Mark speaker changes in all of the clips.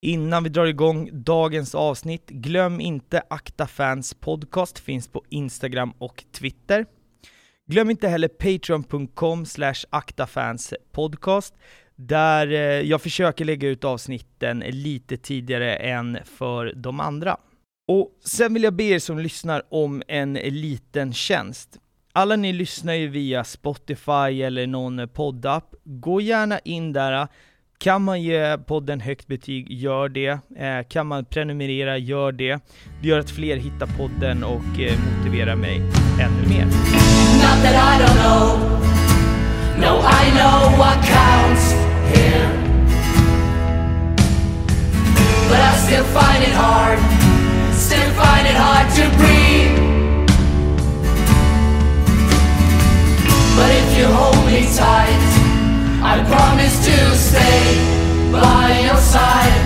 Speaker 1: Innan vi drar igång dagens avsnitt, glöm inte Akta Fans podcast, finns på Instagram och Twitter. Glöm inte heller patreon.com/aktafanspodcast, där jag försöker lägga ut avsnitten lite tidigare än för de andra. Och sen vill jag be er som lyssnar om en liten tjänst. Alla ni lyssnar ju via Spotify eller någon poddapp. Gå gärna in där. Kan man ge podden högt betyg, gör det. Kan man prenumerera, gör det. Det gör att fler hittar podden och motiverar mig ännu mer.
Speaker 2: Not that I don't know. No, I know what counts here. But I still find it hard. Still find it hard to breathe. But if you hold me tight, I promise to stay by your side.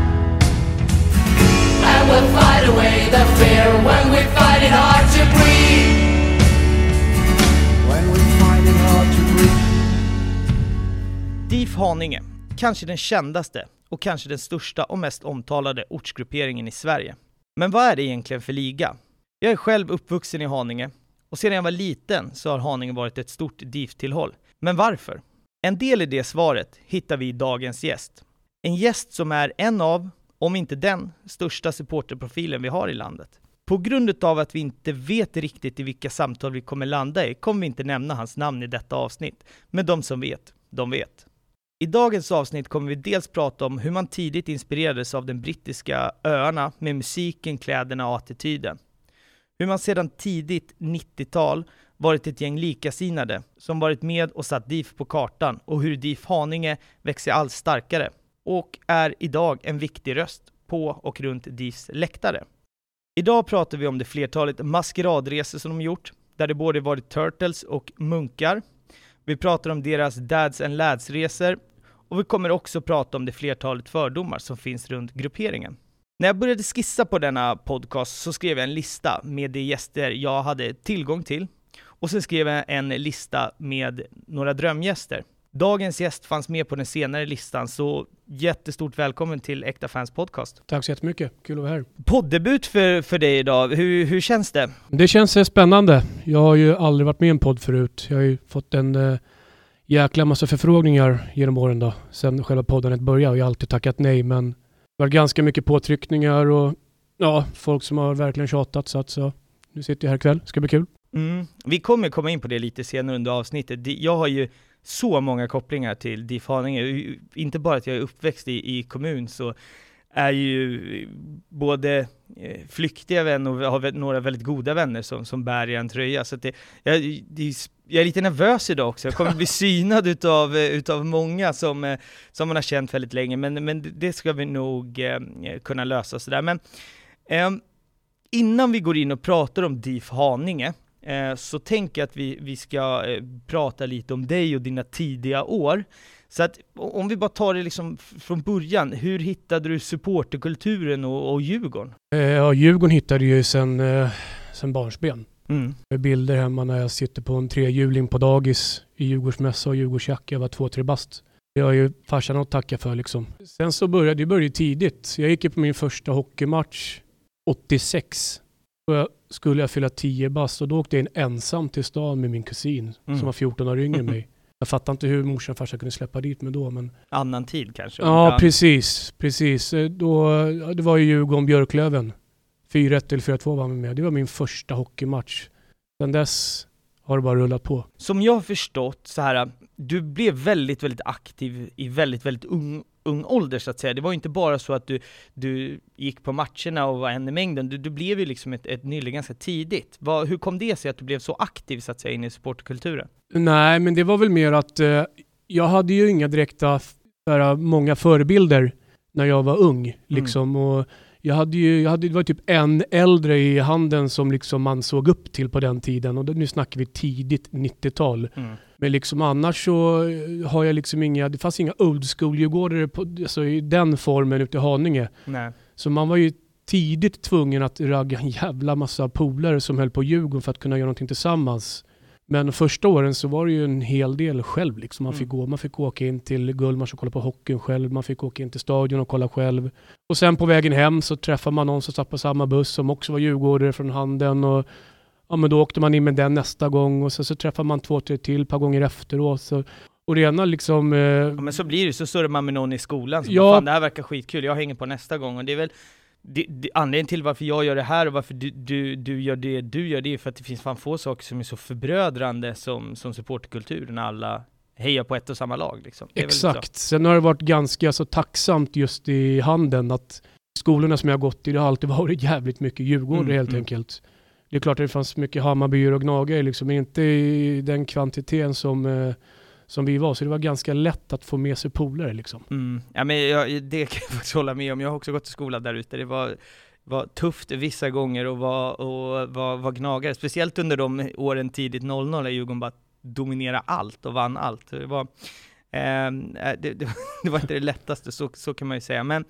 Speaker 2: And we'll fight away the fear when we find it hard to breathe. When we find it hard to breathe.
Speaker 1: DIF Haninge, kanske den kändaste och kanske den största och mest omtalade ortsgrupperingen i Sverige. Men vad är det egentligen för liga? Jag är själv uppvuxen i Haninge och sedan jag var liten så har Haninge varit ett stort DIF-tillhåll. Men varför? En del i det svaret hittar vi i dagens gäst. En gäst som är en av, om inte den, största supporterprofilen vi har i landet. På grund av att vi inte vet riktigt i vilka samtal vi kommer landa i kommer vi inte nämna hans namn i detta avsnitt. Men de som vet, de vet. I dagens avsnitt kommer vi dels prata om hur man tidigt inspirerades av den brittiska öarna med musiken, kläderna och attityden. Hur man sedan tidigt 90-tal varit ett gäng likasinnade som varit med och satt DIF på kartan och hur DIF Haninge växer allt starkare och är idag en viktig röst på och runt DIFs läktare. Idag pratar vi om det flertalet maskeradresor som de gjort, där det både varit Turtles och munkar. Vi pratar om deras Dads and Lads-resor och vi kommer också prata om det flertalet fördomar som finns runt grupperingen. När jag började skissa på denna podcast så skrev jag en lista med de gäster jag hade tillgång till. Och sen skrev jag en lista med några drömgäster. Dagens gäst fanns med på den senare listan, så jättestort välkommen till Äkta Fans podcast.
Speaker 3: Tack så jättemycket, kul att vara här.
Speaker 1: Poddebut för dig idag, hur känns det?
Speaker 3: Det känns spännande. Jag har ju aldrig varit med i en podd förut. Jag har ju fått en jäkla massa förfrågningar genom åren då. Sen själva podden började och jag har alltid tackat nej, men det var ganska mycket påtryckningar och ja, folk som har verkligen tjatat, så nu sitter jag här ikväll, ska bli kul.
Speaker 1: Vi kommer komma in på det lite senare under avsnittet. Jag har ju så många kopplingar till DIF Haninge. Inte bara att jag är uppväxt i kommun, så är ju både flyktiga vänner och har några väldigt goda vänner som bär i en tröja. Så att jag är lite nervös idag också. Jag kommer bli synad utav många som man har känt väldigt länge. Men det ska vi nog kunna lösa sådär. Men innan vi går in och pratar om DIF Haninge så tänker jag att vi ska prata lite om dig och dina tidiga år. Så att om vi bara tar det liksom från början, hur hittade du supporterkulturen och Djurgården?
Speaker 3: Ja, Djurgården hittade ju sen barnsben. Med bilder hemma när jag sitter på en trehjuling på dagis i Djurgårdsmässa och Djurgårdsjacka. Jag var 2-3 bast. Jag har ju farsan att tacka för liksom. Sen så började tidigt. Jag gick på min första hockeymatch 86. Och skulle jag fylla 10 bast och då åkte jag in ensam till stan med min kusin som var 14 år yngre än mig. Jag fattar inte hur morsan och farsan kunde släppa dit mig då. Men...
Speaker 1: Annan tid kanske?
Speaker 3: Ja, precis. Då, det var ju Djurgården Björklöven. 4-1 eller 4-2 var med. Det var min första hockeymatch. Sen dess har det bara rullat på.
Speaker 1: Som jag har förstått så här, du blev väldigt, väldigt aktiv i väldigt, väldigt ung ålder så att säga. Det var inte bara så att du gick på matcherna och var en i mängden. Du blev ju liksom ett nylle ganska tidigt. Hur kom det sig att du blev så aktiv så att säga in i supportkulturen? Det
Speaker 3: men det var väl mer att jag hade ju inga direkta många förebilder när jag var ung liksom, och det var typ en äldre i handen som liksom man såg upp till på den tiden, och nu snackar vi tidigt 90-tal. Men liksom annars så har jag liksom det fanns inga old school djurgårdare alltså i den formen ute i Haninge.
Speaker 1: Nej.
Speaker 3: Så man var ju tidigt tvungen att ragga en jävla massa polare som höll på Djurgården för att kunna göra någonting tillsammans. Men första åren så var det ju en hel del själv. Liksom. Man fick åka in till Gullmars och kolla på hockeyn själv. Man fick åka in till stadion och kolla själv. Och sen på vägen hem så träffade man någon som satt på samma buss som också var djurgårdare från Handen. Och men då åkte man in med den nästa gång. Och så träffade man 2-3 till ett par gånger efteråt. Så, och det ena liksom...
Speaker 1: men så blir det, så surrar man med någon i skolan. Så fan, det här verkar skitkul, jag hänger på nästa gång. Och det är väl... anledningen till varför jag gör det här och varför du gör det du gör, det är för att det finns fan få saker som är så förbrödrande som supporterkulturen. Alla hejar på ett och samma lag liksom.
Speaker 3: Exakt. Sen har det varit ganska så tacksamt just i Handen att skolorna som jag har gått i, det har alltid varit jävligt mycket Djurgårdare helt enkelt. Det är klart att det fanns mycket Hammarbyar och Gnagare liksom, men inte i den kvantiteten som vi var, så det var ganska lätt att få med sig polare liksom.
Speaker 1: Ja, men det kan jag faktiskt hålla med om. Jag har också gått i skolan där ute. Det var tufft vissa gånger och var Gnagare, speciellt under de åren tidigt 00 när Djurgården bara dominera allt och vann allt. Det var inte det lättaste, så kan man ju säga. Men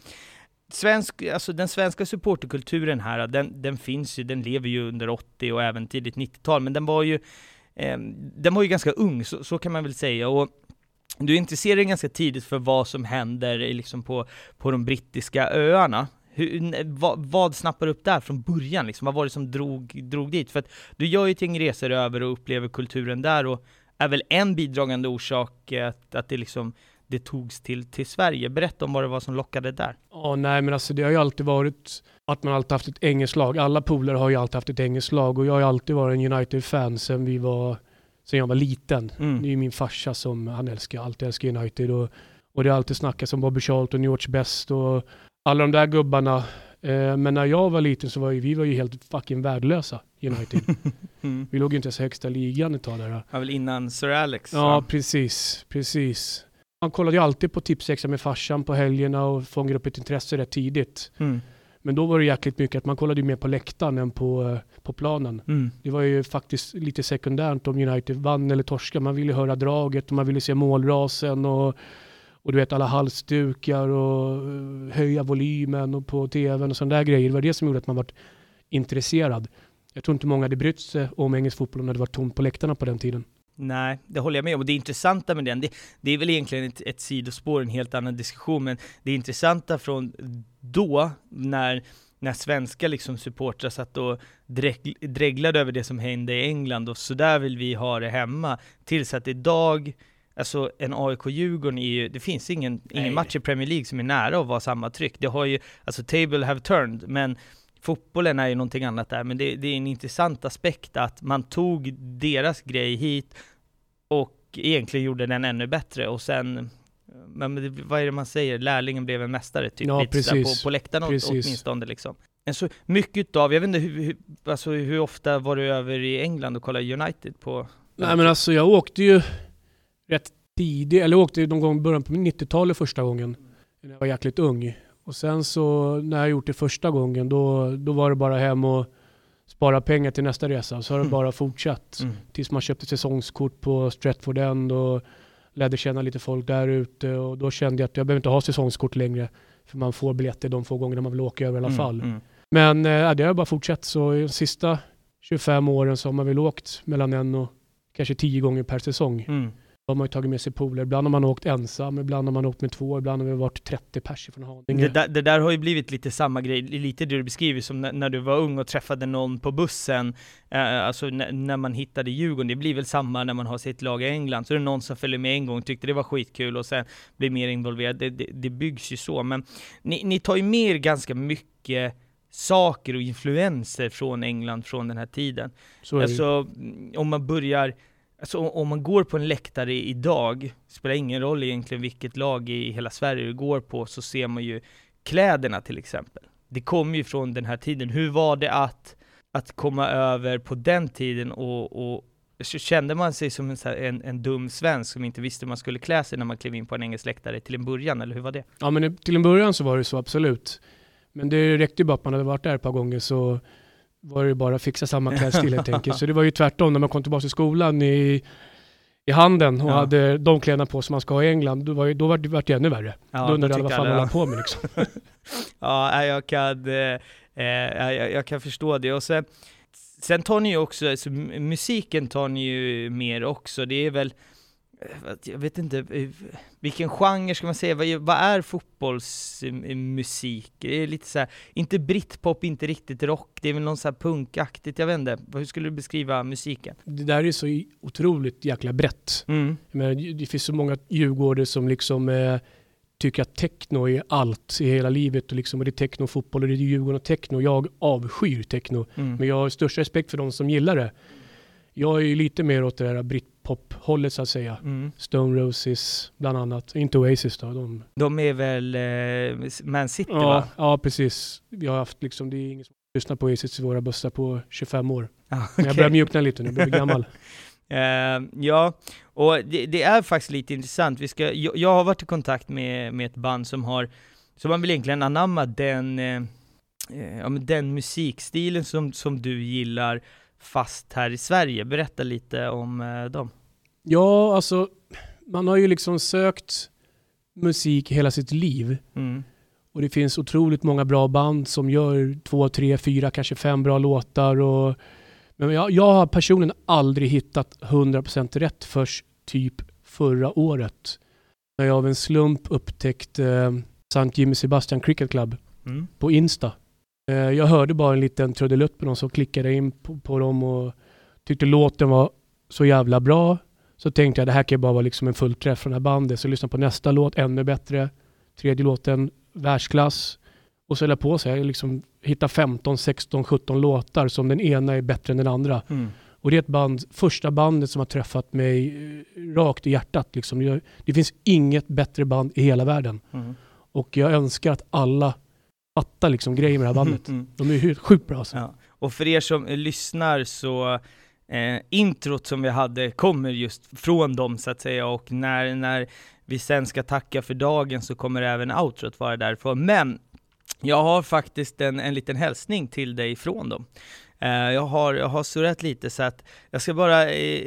Speaker 1: den svenska supporterkulturen här, den finns ju, den lever ju under 80 och även tidigt 90-tal, men den var ju ganska ung, så kan man väl säga. Och du intresserar dig ganska tidigt för vad som händer liksom på de brittiska öarna. Vad snappar upp där från början? Liksom? Vad var det som drog dit? För att du gör ju ett gäng resor över och upplever kulturen där, och är väl en bidragande orsak att det togs till Sverige. Berätta om vad det var som lockade där.
Speaker 3: Nej, men alltså det har ju alltid varit att man alltid haft ett engelskt lag. Alla polare har ju alltid haft ett engelskt lag, och jag har ju alltid varit en United-fan sen jag var liten. Det är ju min farsa som han alltid älskar United, och det har alltid snackats om Bobby Charlton, George Best och alla de där gubbarna. Men när jag var liten så var vi helt fucking värdelösa, United. Vi låg ju inte ens högsta ligan ett tag där.
Speaker 1: Ja, väl innan Sir Alex.
Speaker 3: Ja, precis. Man kollade ju alltid på tipsextra med farsan på helgerna och fångade upp ett intresse rätt tidigt. Men då var det jäkligt mycket att man kollade ju mer på läktaren än på planen. Det var ju faktiskt lite sekundärt om United vann eller torska. Man ville höra draget och man ville se målrasen och du vet alla halsdukar och höja volymen och på tvn och sådana där grejer. Det var det som gjorde att man var intresserad. Jag tror inte många hade brytt sig om engelsk fotboll när det var tomt på läktarna på den tiden.
Speaker 1: Nej, det håller jag med om. Och det intressanta med den, det är väl egentligen ett sidospår, en helt annan diskussion, men det intressanta från då, när svenska liksom supportrar satt och dreglade över det som hände i England och så där vill vi ha det hemma, tills att idag, alltså en AIK-Djurgården är ju, det finns ingen match i Premier League som är nära att vara samma tryck. Det har ju, alltså table have turned, men fotbollen är ju någonting annat där, men det är en intressant aspekt att man tog deras grej hit och egentligen gjorde den ännu bättre, och sen, men vad är det man säger? Lärlingen blev en mästare typ,
Speaker 3: ja,
Speaker 1: lite på läktaren åtminstone liksom. Så mycket av, jag vet inte hur ofta var du över i England och kollade United på?
Speaker 3: Nej, men alltså jag åkte ju rätt tidigt, eller åkte någon gång i början på 90-talet första gången när jag var jäkligt ung. Och sen så när jag gjort det första gången då var det bara hem och spara pengar till nästa resa. Så har det bara fortsatt tills man köpte säsongskort på Stratford End och lärde känna lite folk där ute. Och då kände jag att jag behöver inte ha säsongskort längre, för man får biljetter de få gånger man vill åka över i alla fall. Men det har bara fortsatt, så i de sista 25 åren så har man väl åkt mellan 1 och kanske 10 gånger per säsong. Då har man ju tagit med sig polare. Ibland har man åkt ensam, ibland har man åkt med 2, ibland har vi varit 30 pers från Haninge.
Speaker 1: Det där har ju blivit lite samma grej, lite det du beskriver som när du var ung och träffade någon på bussen, alltså när man hittade Djurgården. Det blir väl samma när man har sitt lag i England. Så är det någon som följer med en gång, tyckte det var skitkul och sen blir mer involverad. Det byggs ju så, men ni tar ju med ganska mycket saker och influenser från England från den här tiden. Alltså om man börjar, alltså om man går på en läktare idag, spelar ingen roll egentligen vilket lag i hela Sverige du går på, så ser man ju kläderna till exempel. Det kommer ju från den här tiden. Hur var det att komma över på den tiden, och kände man sig som en dum svensk som inte visste hur man skulle klä sig när man klev in på en engelsk läktare till en början, eller hur var det?
Speaker 3: Ja, men till en början så var det så, absolut. Men det räckte ju bara att man hade varit där ett par gånger, så var det bara att fixa samma klädstil helt enkelt. Så det var ju tvärtom när man kom tillbaka till skolan i Handen och hade de kläderna på som man ska ha i England. Då var det ännu värre. Ja, då undrade alla vad fan man på med liksom.
Speaker 1: Ja, jag kan förstå det. Och Sen tar ni ju också, alltså, musiken tar ni ju mer också. Det är väl, jag vet inte, vilken genre ska man säga? Vad är fotbollsmusik? Det är lite så här, inte britpop, inte riktigt rock. Det är väl någon så här punkaktigt, jag vet inte. Hur skulle du beskriva musiken?
Speaker 3: Det där är så otroligt jäkla brett. Men det finns så många djurgårdare som liksom tycker att techno är allt i hela livet. Och, liksom, och det är techno, fotboll och det är Djurgården och techno. Jag avskyr techno. Men jag har största respekt för de som gillar det. Jag är ju lite mer åt det där britpop-hållet så att säga. Stone Roses bland annat. Inte Oasis då.
Speaker 1: De är väl Man City, va?
Speaker 3: Ja, precis. Vi har haft liksom, det är ingen som lyssnar på Oasis i våra bussar på 25 år.
Speaker 1: Okay.
Speaker 3: Men jag börjar mjukna lite nu, jag blir gammal.
Speaker 1: Ja, och det är faktiskt lite intressant. Jag har varit i kontakt med ett band som man vill egentligen anamma den musikstilen som du gillar, fast här i Sverige. Berätta lite om dem.
Speaker 3: Ja, alltså man har ju liksom sökt musik hela sitt liv. Och det finns otroligt många bra band som gör 2, 3, 4, kanske 5 bra låtar. Men jag har personligen aldrig hittat 100% rätt först typ förra året. När jag av en slump upptäckte St. Jimmy Sebastian Cricket Club på Insta. Jag hörde bara en liten trudelutt på någon som klickade in på dem och tyckte låten var så jävla bra. Så tänkte jag det här kan bara vara liksom en fullträff från det här bandet. Så jag lyssnade på nästa låt, ännu bättre. Tredje låten, världsklass. Och så höll jag på sig. Jag liksom hittade 15, 16, 17 låtar som den ena är bättre än den andra. Och det är första bandet som har träffat mig rakt i hjärtat. Liksom. Det finns inget bättre band i hela världen. Och jag önskar att alla fattar liksom grejer med det här bandet. De är ju sjukt bra. Alltså.
Speaker 1: Ja. Och för er som lyssnar så introt som vi hade kommer just från dem så att säga. Och när vi sen ska tacka för dagen så kommer även outrot vara därifrån. Men jag har faktiskt en liten hälsning till dig från dem. Jag har surrat lite så att jag ska bara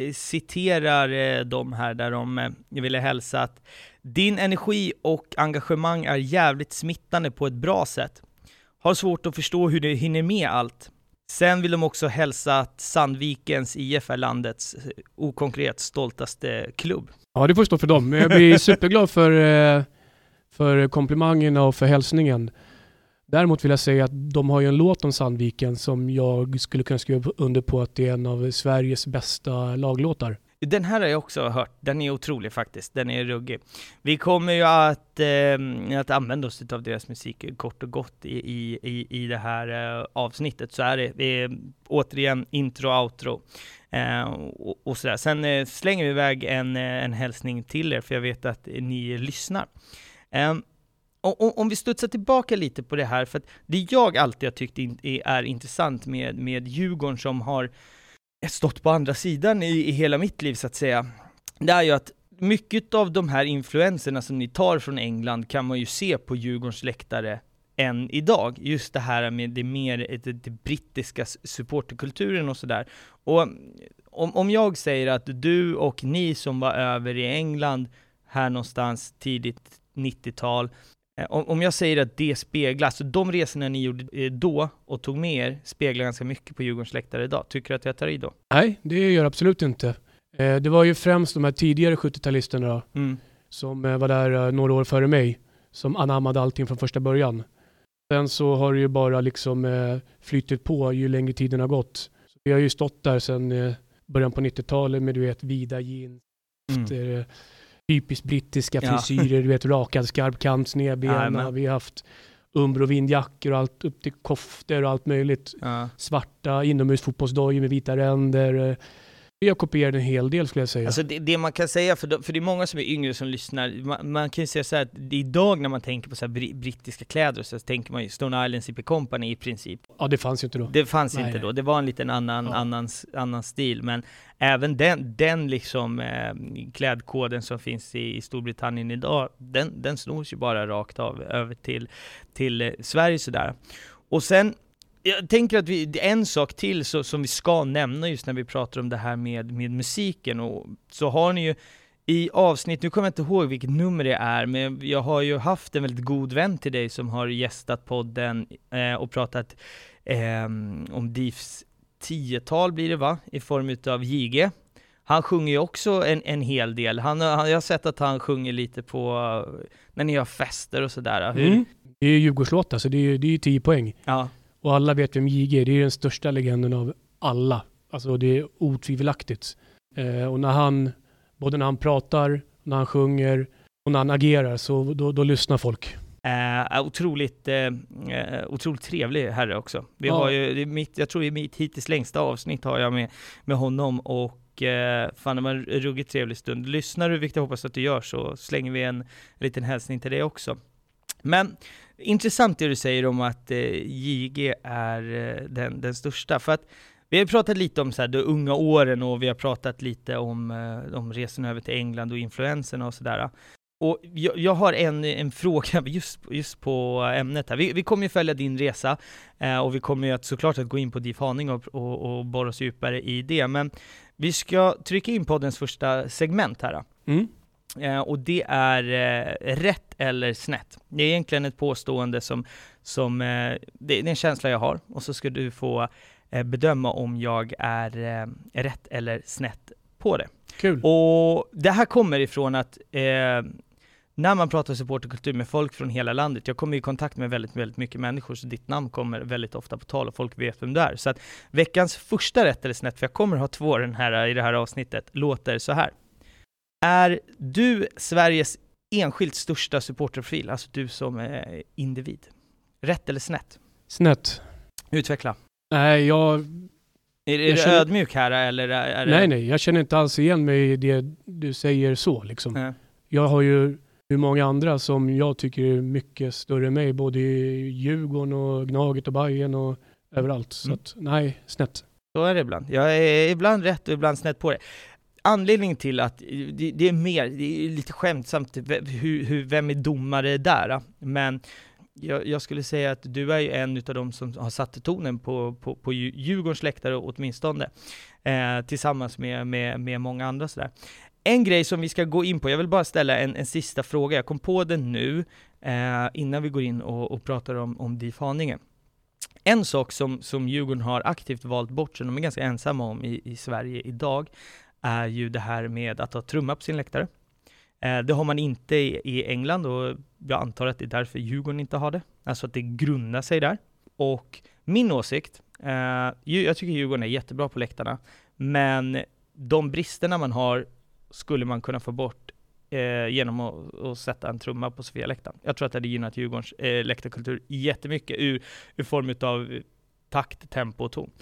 Speaker 1: citera dem här där jag ville hälsa att din energi och engagemang är jävligt smittande på ett bra sätt. Har svårt att förstå hur du hinner med allt. Sen vill de också hälsa att Sandvikens IF är landets okonkret stoltaste klubb.
Speaker 3: Ja, det får stå för dem. Jag blir superglad för komplimangerna och för hälsningen. Däremot vill jag säga att de har ju en låt om Sandviken som jag skulle kunna skriva under på att det är en av Sveriges bästa laglåtar.
Speaker 1: Den här har jag också hört. Den är otrolig faktiskt. Den är ruggig. Vi kommer ju att använda oss av deras musik kort och gott i det här avsnittet. Så är det återigen intro och outro. Och sådär. Sen slänger vi iväg en hälsning till er för jag vet att ni lyssnar. Om vi studsar tillbaka lite på det här, för att det jag alltid har tyckt är intressant med Djurgården som har stått på andra sidan i hela mitt liv så att säga, det är ju att mycket av de här influenserna som ni tar från England kan man ju se på Djurgårdens läktare än idag. Just det här med det brittiska supporterkulturen och sådär. Och om jag säger att du och ni som var över i England här någonstans tidigt 90-tal, om jag säger att det speglar, så de resorna ni gjorde då och tog med er speglar ganska mycket på Djurgårdens läktare idag. Tycker du att jag tar i då?
Speaker 3: Nej, det gör absolut inte. Det var ju främst de här tidigare 70-talisterna som var där några år före mig som anammade allting från första början. Sen så har det ju bara liksom flyttat på ju längre tiden har gått. Så vi har ju stått där sedan början på 90-talet med vida jeans, typiskt brittiska frisyrer, du vet, rakad skarpkant, snedbena. Vi har haft Umbro-vindjackor och allt upp till koftor och allt möjligt. Svarta inomhusfotbollsdojor med vita ränder. Vi har kopierat en hel del skulle jag säga.
Speaker 1: Alltså det man kan säga, för det är många som är yngre som lyssnar, man kan ju säga så här att idag när man tänker på så här brittiska kläder så tänker man ju Stone Island CP Company i princip.
Speaker 3: Ja, det fanns ju inte då.
Speaker 1: Det fanns inte då. Det var en liten annan stil, men även den liksom klädkoden som finns i Storbritannien idag, den snors ju bara rakt av över till Sverige sådär. Och sen jag tänker att det är en sak till som vi ska nämna just när vi pratar om det här med musiken. Och så har ni ju i avsnitt, nu kommer jag inte ihåg vilket nummer det är, men jag har ju haft en väldigt god vän till dig som har gästat podden och pratat om DIFs 10-tal blir det va? I form av JG. Han sjunger ju också en hel del. Jag har sett att han sjunger lite på när ni har fester och sådär.
Speaker 3: Det är Djurgårdslåtar, så det är 10 poäng.
Speaker 1: Ja.
Speaker 3: Och alla vet vem JG är. Det är den största legenden av alla. Alltså det är otvivelaktigt. Och både när han pratar, när han sjunger och när han agerar, så då lyssnar folk.
Speaker 1: Otroligt trevlig herre också. Vi har ju, jag tror i mitt hittills längsta avsnitt har jag med honom, och fan, det var en ruggigt trevlig stund. Lyssnar du, vilket jag hoppas att du gör, så slänger vi en liten hälsning till dig också. Men intressant det du säger om att JG är den största, för att vi har pratat lite om så här, de unga åren, och vi har pratat lite om resan över till England och influenserna och sådär. Och jag har en fråga just på ämnet här. Vi kommer ju följa din resa, och vi kommer ju såklart att gå in på DIF Haninge och borra oss djupare i det. Men vi ska trycka in poddens första segment här. Och det är rätt eller snett. Det är egentligen ett påstående som det är en känsla jag har, och så ska du få bedöma om jag är rätt eller snett på det.
Speaker 3: Kul.
Speaker 1: Och det här kommer ifrån att när man pratar supporterkultur med folk från hela landet, jag kommer i kontakt med väldigt, väldigt mycket människor, så ditt namn kommer väldigt ofta på tal och folk vet vem du är. Så att veckans första rätt eller snett, för jag kommer ha 2 i det här avsnittet, låter så här. Är du Sveriges enskilt största supporterprofil, alltså du som individ? Rätt eller snett?
Speaker 3: Snett.
Speaker 1: Utveckla.
Speaker 3: Nej,
Speaker 1: Är det ödmjuk här eller är det...
Speaker 3: Nej, jag känner inte alls igen mig i det du säger så liksom. Jag har ju hur många andra som jag tycker är mycket större än mig, både i Djurgården och Gnaget och Bayern och överallt. Så att, nej, snett. Så
Speaker 1: är det ibland. Jag är ibland rätt och ibland snett på det. Anledningen till att det är lite skämtsamt vem är domare där, men jag skulle säga att du är ju en av dem som har satt tonen på Djurgårdens läktare åtminstone, tillsammans med många andra sådär. En grej som vi ska gå in på, jag vill bara ställa en sista fråga, jag kom på den nu innan vi går in och pratar om DIF Haninge. En sak som Djurgården har aktivt valt bort, som de är ganska ensamma om i Sverige idag, är ju det här med att ha trumma på sin läktare. Det har man inte i England, och jag antar att det är därför Djurgården inte har det. Alltså att det grundar sig där. Och min åsikt, jag tycker Djurgården är jättebra på läktarna, men de bristerna man har skulle man kunna få bort genom att sätta en trumma på Sofia-läktaren. Jag tror att det hade gynnat Djurgårdens läktarkultur jättemycket ur form av takt, tempo och ton.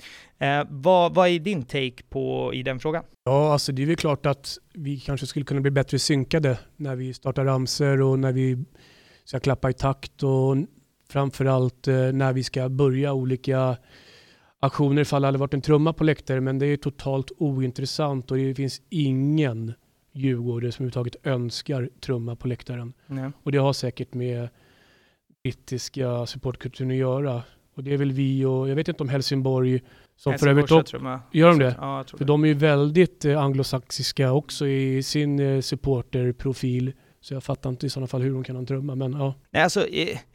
Speaker 1: Vad är din take i den frågan?
Speaker 3: Ja, alltså det är väl klart att vi kanske skulle kunna bli bättre synkade när vi startar ramser och när vi ska klappa i takt, och framförallt när vi ska börja olika aktioner ifall det hade varit en trumma på läktaren, men det är totalt ointressant och det finns ingen Djurgårdare som överhuvudtaget önskar trumma på läktaren.
Speaker 1: Nej.
Speaker 3: Och det har säkert med brittiska supportkulturen att göra. Och det är väl vi, och jag vet inte om Helsingborg som för övrigt gör de det?
Speaker 1: Ja,
Speaker 3: för de är ju väldigt anglosaxiska också i sin supporterprofil. Så jag fattar inte i sådana fall hur de kan ha en trumma, men ja.
Speaker 1: Nej, alltså,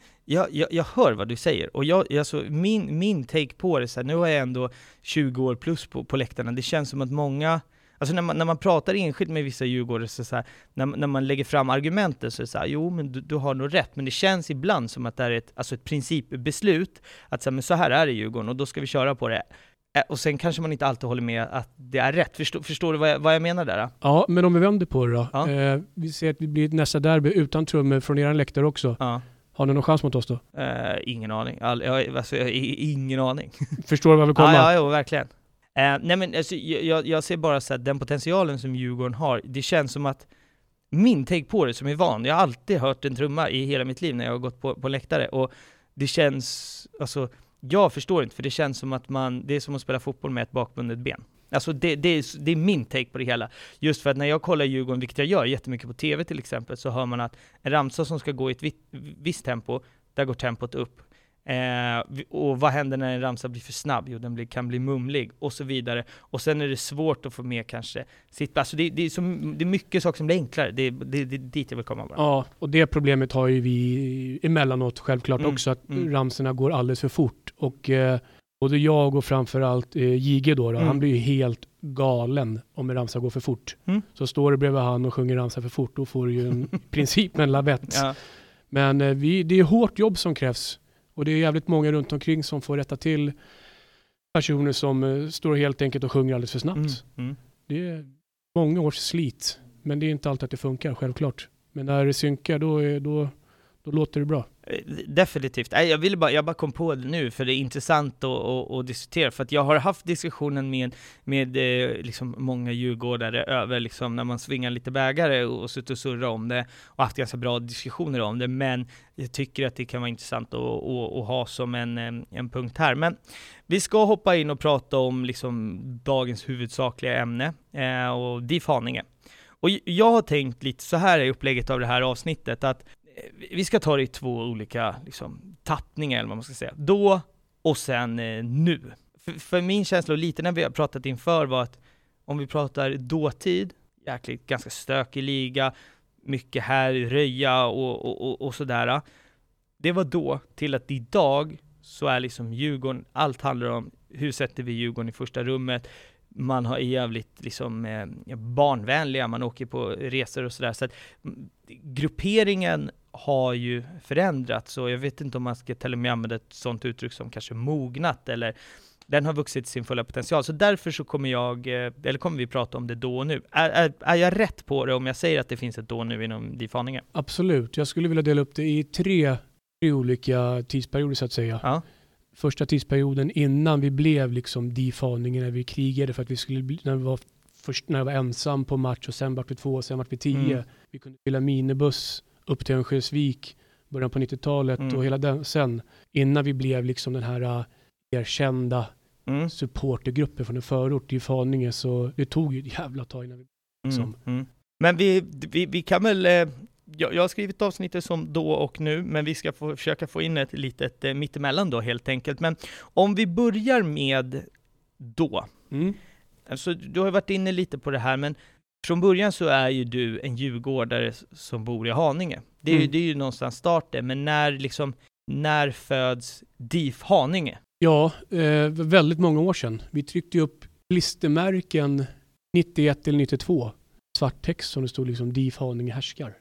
Speaker 1: jag hör vad du säger, och alltså, min take på det, så här, nu har jag ändå 20 år plus på läktarna. Det känns som att många, alltså när man pratar enskilt med vissa djurgårdare, så här, när man lägger fram argumenten, så är det så här, jo men du har nog rätt, men det känns ibland som att det är ett principbeslut, att så här, men så här är det Djurgården och då ska vi köra på det. Och sen kanske man inte alltid håller med att det är rätt. Förstår du vad jag menar där då?
Speaker 3: Ja, men om vi vänder på det då.
Speaker 1: Ja.
Speaker 3: Vi ser att det blir nästa derby utan trummor från er läktare också.
Speaker 1: Ja.
Speaker 3: Har ni någon chans mot oss då?
Speaker 1: Ingen aning. Jag har ingen aning.
Speaker 3: Förstår du vad vi kommer?
Speaker 1: Ja, verkligen. Nej men alltså, jag ser bara så att den potentialen som Djurgården har, det känns som att min take på det som är van, jag har alltid hört en trumma i hela mitt liv när jag har gått på läktare, och det känns, alltså jag förstår inte, för det känns som att det är som att spela fotboll med ett bakbundet ben. Alltså det är min take på det hela. Just för att när jag kollar Djurgården, vilket jag gör jättemycket på tv till exempel, så hör man att en ramsa som ska gå i ett visst tempo, där går tempot upp. Och vad händer när en ramsa blir för snabb? Jo, den kan bli mumlig och så vidare. Och sen är det svårt att få med kanske sitt. Alltså det är mycket saker som blir enklare. Det är dit jag vill komma bara.
Speaker 3: Ja, och det problemet har ju vi emellanåt självklart också, att ramserna går alldeles för fort. Och både jag och framförallt Jige då, han blir ju helt galen om en ramsa går för fort. Så står det bredvid han och sjunger ramsa för fort, då får du ju en princip en lavett. Ja. Men det är hårt jobb som krävs. Och det är jävligt många runt omkring som får rätta till personer som står helt enkelt och sjunger alldeles för snabbt. Det är många års slit. Men det är inte alltid att det funkar, självklart. Men när det synkar, då låter det bra.
Speaker 1: Definitivt. Jag bara kom på det nu, för det är intressant att diskutera. För att jag har haft diskussionen med liksom många djurgårdare över liksom, när man svingar lite bägare och suttit och surrar om det och haft ganska bra diskussioner om det. Men jag tycker att det kan vara intressant att ha som en punkt här. Men vi ska hoppa in och prata om liksom dagens huvudsakliga ämne och DIF Haninge. Och jag har tänkt lite så här i upplägget av det här avsnittet, att vi ska ta det i 2 olika liksom, tappningar, eller vad man ska säga. Då och sen nu. För min känsla, och lite när vi har pratat inför, var att om vi pratar dåtid, ganska stökig liga, mycket här, röja och sådär. Det var då, till att idag så är liksom Djurgården, allt handlar om hur sätter vi Djurgården i första rummet. Man har jävligt liksom, barnvänliga, man åker på resor och sådär. Så att grupperingen har ju förändrats, och jag vet inte om man ska till och med använda ett sånt uttryck som kanske mognat, eller den har vuxit sin fulla potential. Så därför så kommer vi prata om det då och nu. Är jag rätt på det om jag säger att det finns ett då och nu inom DIF Haninge?
Speaker 3: Absolut. Jag skulle vilja dela upp det i 3 olika tidsperioder så att säga. Ja. Första tidsperioden innan vi blev liksom DIF Haninge, när vi krigade för att vi skulle bli, när jag var ensam på match, och sen vart vi 2 och sen vart vi 10. Vi kunde fylla minibuss upp till Örnsköldsvik början på 90-talet och hela den, sen innan vi blev liksom den här erkända supportergruppen från en förort DIF Haninge, så det tog ju ett jävla tag innan vi liksom.
Speaker 1: Men vi kan väl jag har skrivit avsnittet som då och nu, men vi ska försöka få in ett litet mittemellan då helt enkelt. Men om vi börjar med då. Alltså, du har varit inne lite på det här, men från början så är ju du en djurgårdare som bor i Haninge. Det är ju någonstans starten, men när föds DIF Haninge?
Speaker 3: Ja, väldigt många år sedan. Vi tryckte upp listermärken 91 eller 92. Svart text som det stod liksom DIF Haninge härskar.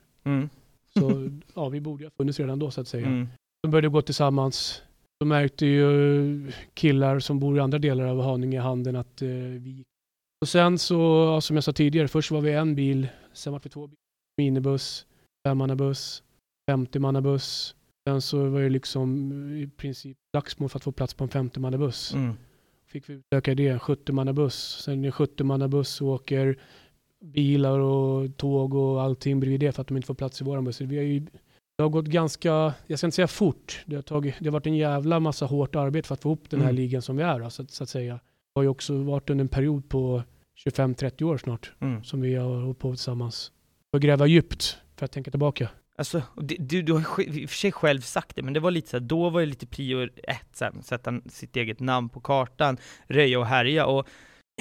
Speaker 3: Så ja, vi borde ha funnits redan då så att säga. De började gå tillsammans. De märkte ju killar som bor i andra delar av Haninge i handen att vi. Och sen så, som jag sa tidigare, först var vi en bil, sen var vi 2 bilar. Minibuss, 5-mannabuss, 50-mannabuss. Sen så var det liksom i princip dagsmål för att få plats på en 50-mannabuss. Fick vi utöka det, en 70-mannabuss. Sen en 70-mannabuss åker bilar och tåg och allting bredvid det för att de inte får plats i våran buss. Det har gått ganska, jag ska inte säga fort, det har varit en jävla massa hårt arbete för att få ihop den här ligan som vi är, så att säga. Det har ju också varit en period på 25-30 år snart som vi har hållit på tillsammans. Och gräva djupt för att tänka tillbaka.
Speaker 1: Alltså, du har i och för sig själv sagt det, men det var lite så här, då var det lite prior 1, sätta sitt eget namn på kartan, röja och härja, och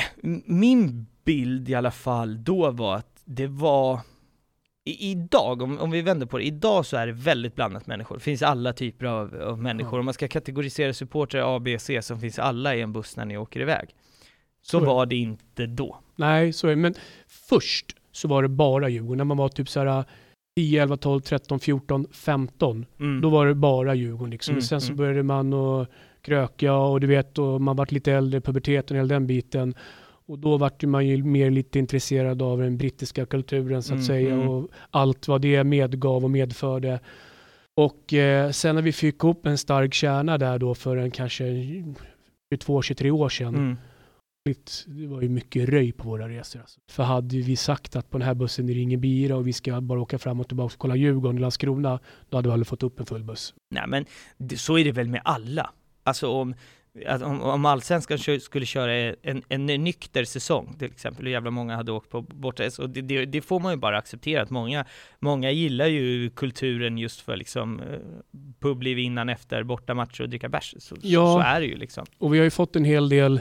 Speaker 1: min bild i alla fall då var att det var idag, om vi vänder på det, idag så är det väldigt blandat människor. Det finns alla typer av människor. Om man ska kategorisera supportrar A, B, C, så finns alla i en buss när ni åker iväg. Så var det inte då.
Speaker 3: Nej, så är det. Men först så var det bara Djurgården. När man var typ så här 10, 11, 12, 13, 14, 15. Då var det bara Djurgården liksom. Sen så började man att kröka och du vet, och man var lite äldre, puberteten och den biten. Och då var man ju mer lite intresserad av den brittiska kulturen så att säga, och allt vad det medgav och medförde. Och sen när vi fick upp en stark kärna där då för en kanske 22-23 år sedan, det var ju mycket röj på våra resor. Alltså. För hade vi sagt att på den här bussen är det ingen bira och vi ska bara åka fram och tillbaka och kolla Djurgården i Landskrona, då hade vi aldrig fått upp en full buss.
Speaker 1: Nej, men så är det väl med alla. Alltså om Allsvenskan skulle köra en nykter säsong till exempel, hur jävla många hade åkt på bortares, och det får man ju bara acceptera, att många gillar ju kulturen just för liksom publiv innan, efter bortamatcher och dricka bärs, så är det ju liksom. Och
Speaker 3: vi har ju fått en hel del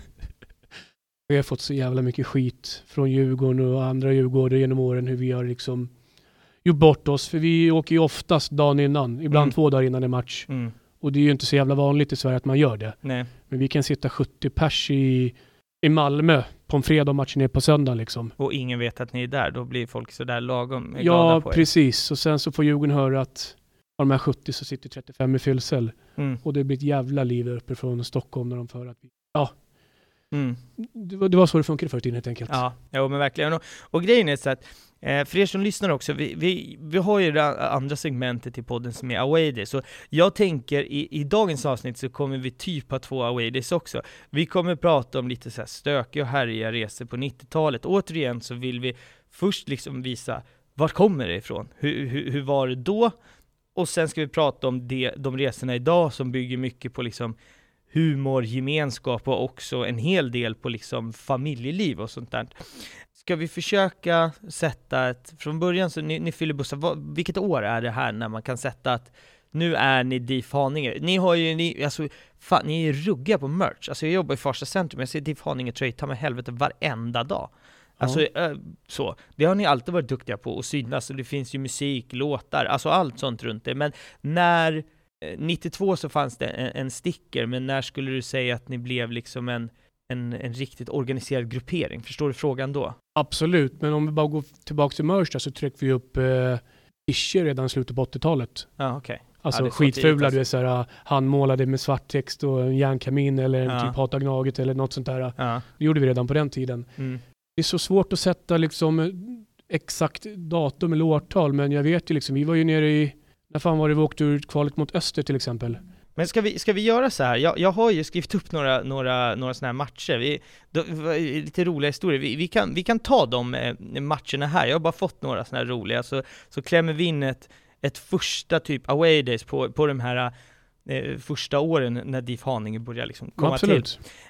Speaker 3: vi har fått så jävla mycket skit från Djurgården och andra Djurgårdar genom åren, hur vi har liksom gjort bort oss, för vi åker ju oftast dagen innan, ibland 2 dagar innan en match. Och det är ju inte så jävla vanligt i Sverige att man gör det.
Speaker 1: Nej.
Speaker 3: Men vi kan sitta 70 pers i Malmö på en fredag och matchen är på söndag liksom.
Speaker 1: Och ingen vet att ni är där, då blir folk så där lagom glada på er.
Speaker 3: Ja, precis. Och sen så får Djurgården höra att av de här 70 så sitter 35 i Fylsel. Och det blir ett jävla liv uppe från Stockholm när de för att det var så det funkade förut helt enkelt.
Speaker 1: Ja, men verkligen. Och grejen är så att för er som lyssnar också, vi har ju det andra segmentet i podden som är Away Days. Så jag tänker i dagens avsnitt så kommer vi typ ha 2 Away Days också. Vi kommer prata om lite så här stökiga och härliga resor på 90-talet. Återigen så vill vi först liksom visa vart kommer det ifrån? Hur var det då? Och sen ska vi prata om de resorna idag som bygger mycket på liksom humor, gemenskap och också en hel del på liksom familjeliv och sånt där. Ska vi försöka sätta från början så ni fyller bussar, vilket år är det här när man kan sätta att nu är ni DIF Haninge? Ni har ju, ni är ruggiga på merch. Alltså jag jobbar i Farsta centrum, jag ser DIF Haninge trade ta med helvete varenda dag. Alltså så, det har ni alltid varit duktiga på och synas, och det finns ju musik, låtar, alltså allt sånt runt det. Men när 92 så fanns det en sticker, men när skulle du säga att ni blev liksom en riktigt organiserad gruppering? Förstår du frågan då?
Speaker 3: Absolut, men om vi bara går tillbaka till merch så trycker vi upp t-shirts redan i slutet på 80-talet.
Speaker 1: Ja, okej.
Speaker 3: Alltså skitfula, du är såhär handmålade med svart text och en järnkamin eller en typ Hata Gnaget eller något sånt där. Det gjorde vi redan på den tiden. Det är så svårt att sätta liksom exakt datum eller årtal, men jag vet ju liksom, vi var ju nere i, när fan var det vi åkte ur kvalet mot Öster till exempel. Men
Speaker 1: ska vi göra så här? Jag har ju skrivit upp några såna här matcher. Lite roliga historier. Vi kan ta de matcherna här. Jag har bara fått några såna här roliga. Så klämmer vi in ett första typ away days på de här första åren när DIF Haninge börjar liksom komma till.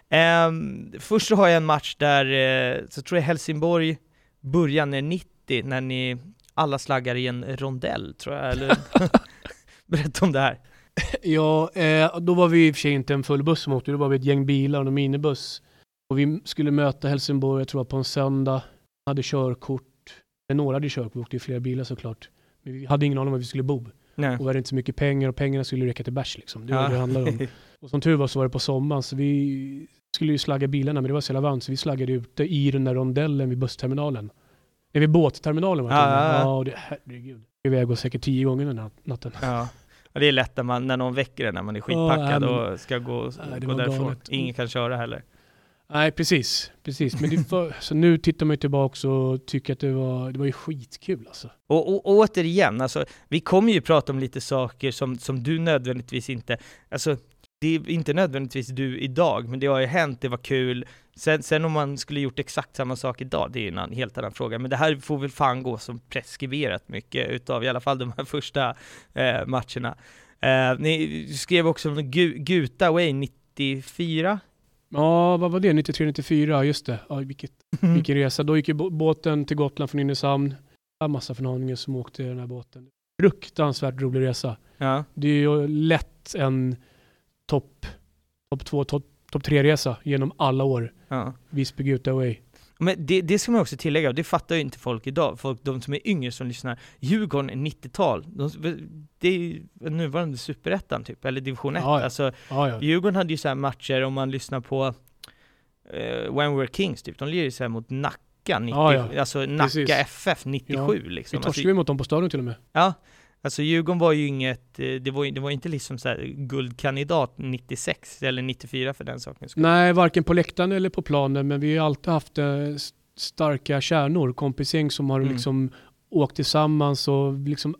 Speaker 1: Först så har jag en match där så tror jag Helsingborg börjar 90 när ni alla slaggar i en rondell, tror jag. Eller berätta om det här.
Speaker 3: Ja, då var vi i och för sig inte en full buss som åkte, då var vi ett gäng bilar och en minibuss. Och vi skulle möta Helsingborg, jag tror på en söndag. Hade körkort, några hade körkort, vi åkte i flera bilar såklart. Men vi hade ingen aning om var vi skulle bo.
Speaker 1: Nej.
Speaker 3: Och vi hade inte så mycket pengar, och pengarna skulle räcka till bärs liksom. Det var det handlade om. Och som tur var så var det på sommaren, så vi skulle ju slagga bilarna, men det var så jävla varmt så vi slaggade ute i den där rondellen vid bussterminalen. Vid båtterminalen var det. Ja, det, herregud. Vi väger säkert 10 gånger den här natten.
Speaker 1: Ja, det är lätt när någon väcker den när man är skitpackad och ska gå därifrån. Galet. Ingen kan köra heller.
Speaker 3: Nej, precis. Men så nu tittar man ju tillbaka och tycker att det var ju skitkul alltså.
Speaker 1: Och återigen, alltså, vi kommer ju prata om lite saker som du nödvändigtvis inte, alltså det är inte nödvändigtvis du idag, men det har ju hänt, det var kul. Sen om man skulle gjort exakt samma sak idag, det är en helt annan fråga. Men det här får väl fan gå som preskriberat mycket utav i alla fall de här första matcherna. Ni skrev också om Guta Away 94.
Speaker 3: Ja, vad var det? 93-94, just det. Ja, vilken resa. Då gick ju båten till Gotland från Nynäshamn. Det var en massa från Haninge som åkte i den här båten. Fruktansvärt rolig resa. Ja. Det är ju lätt en topp 2, topp 3-resa genom alla år. Ja. Visby Guta Away.
Speaker 1: Men det ska man också tillägga, och det fattar ju inte folk idag. De som är yngre som lyssnar. Djurgården är 90-tal. Det är ju nuvarande Superettan typ, eller division 1. Ja. Alltså, Djurgården hade ju så här matcher, om man lyssnar på When We Were Kings typ. De lirade ju så här mot Nacka 90, alltså Nacka precis. FF 97 liksom.
Speaker 3: Vi torskade mot dem på stadion till och med.
Speaker 1: Ja. Alltså Djurgården var ju inget, det var inte liksom så här guldkandidat 96 eller 94 för den saken.
Speaker 3: Nej, varken på läktaren eller på planen, men vi har alltid haft starka kärnor, kompisgäng som har liksom åkt tillsammans och liksom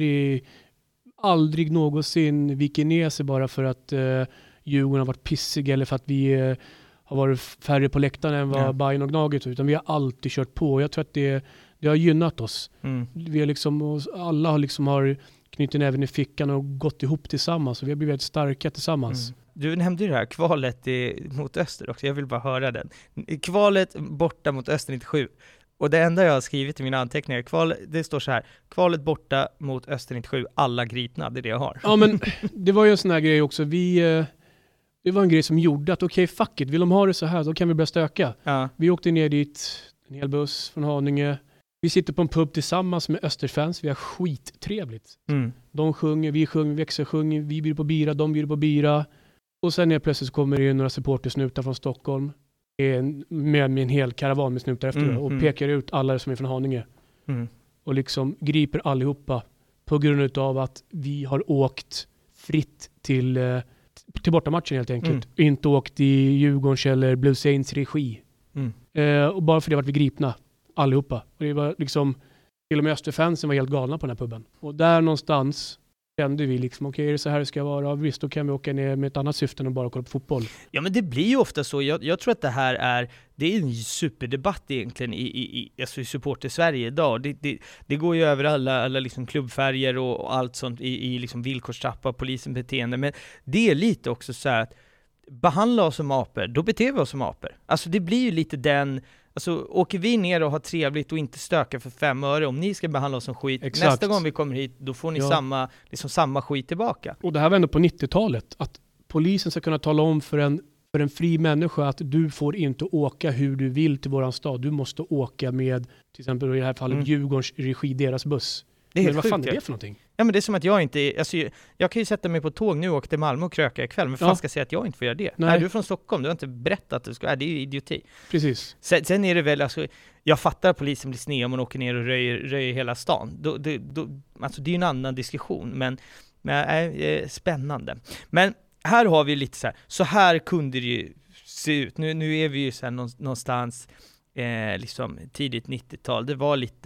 Speaker 3: aldrig någonsin viker ner sig bara för att Djurgården har varit pissiga eller för att vi har varit färre på läktaren än vad Bayern och Gnaget, utan vi har alltid kört på. Jag tror att det har gynnat oss. Vi har liksom, alla har knutit näven i fickan och gått ihop tillsammans, och vi har blivit starka tillsammans.
Speaker 1: Du nämnde ju det här kvalet mot Öster också, jag vill bara höra den. Kvalet borta mot Öster 97. Och det enda jag har skrivit i mina anteckningar, det står så här: kvalet borta mot Öster 97, alla gripna, det är det jag har.
Speaker 3: Ja, men det var ju en sån här grej också. Det var en grej som gjorde att okej, fuck it, vill de ha det så här, då kan vi börja stöka. Ja. Vi åkte ner dit, en hel buss från Haninge. Vi sitter på en pub tillsammans med Österfans. Vi har skittrevligt. De sjunger, vi sjunger, växelsjunger. Vi bjuder på bira, de bjuder på bira. Och sen är plötsligt kommer det några supportersnutar från Stockholm. Med en hel karavan med snutar efter och pekar ut alla som är från Haninge. Och liksom griper allihopa på grund av att vi har åkt fritt till bortamatchen helt enkelt. Inte åkt i Djurgårdens eller Blue Saints regi. Och bara för det var vi gripna allihopa. Och det var liksom, till och med Österfansen var helt galna på den här puben. Och där någonstans kände vi liksom, okej, är det så här det ska vara? Visst, då kan vi åka ner med ett annat syfte än att bara kolla på fotboll.
Speaker 1: Ja, men det blir ju ofta så. Jag tror att det är en superdebatt egentligen i supporter Sverige idag. Det går ju över alla liksom klubbfärger och allt sånt i liksom villkorstrappa, polisen beteende. Men det är lite också så här att behandla oss som apor, då beter vi oss som apor. Alltså det blir ju lite den... Alltså åker vi ner och har trevligt och inte stökar för 5 öre, om ni ska behandla oss som skit, nästa gång vi kommer hit, då får ni samma skit tillbaka.
Speaker 3: Och det här var ändå på 90-talet, att polisen ska kunna tala om för en fri människa att du får inte åka hur du vill till våran stad. Du måste åka med, till exempel i det här fallet, Djurgårdens regi, deras buss.
Speaker 1: Det är
Speaker 3: men
Speaker 1: helt
Speaker 3: vad fan
Speaker 1: sjukt,
Speaker 3: är det för någonting?
Speaker 1: Ja, men det är som att jag inte... Alltså, jag kan ju sätta mig på tåg nu och åka till Malmö och kröka ikväll, men fan ska jag säga att jag inte får göra det? Nej, du är från Stockholm, du har inte berättat att du ska... det är ju idioti.
Speaker 3: Precis.
Speaker 1: Sen är det väl... Alltså, jag fattar att polisen blir sned om man åker ner och röjer hela stan. Alltså, det är ju en annan diskussion, men spännande. Men här har vi lite så här kunde det ju se ut. Nu är vi ju så här någonstans... liksom tidigt 90-tal. Det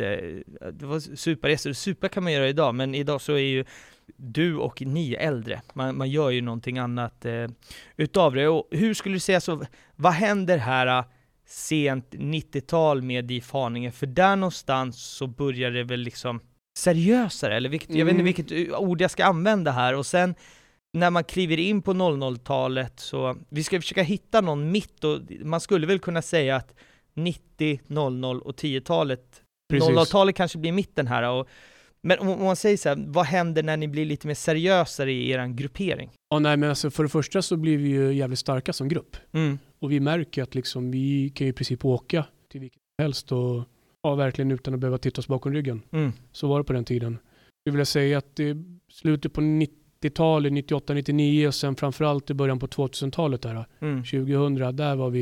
Speaker 1: var superresor. Super kan man göra idag, men idag så är ju du och ni äldre. Man gör ju någonting annat utav det. Och hur skulle du säga så, vad händer här sent 90-tal med DIF Haninge? För där någonstans så börjar det väl liksom seriösare, eller jag vet inte vilket ord jag ska använda här. Och sen när man kliver in på 00-talet så vi ska försöka hitta någon mitt, och man skulle väl kunna säga att 90, 00 och 10-talet. 00-talet kanske blir mitten här. Men om man säger så här, vad händer när ni blir lite mer seriösare i er gruppering?
Speaker 3: Ja, nej, men alltså för det första så blir vi ju jävligt starka som grupp. Och vi märker att liksom, vi kan ju i princip åka till vilket som helst och verkligen utan att behöva titta oss bakom ryggen. Så var det på den tiden. Jag vill säga att det slutet på 90-talet, 98, 99 och sen framförallt i början på 2000-talet där, 2000,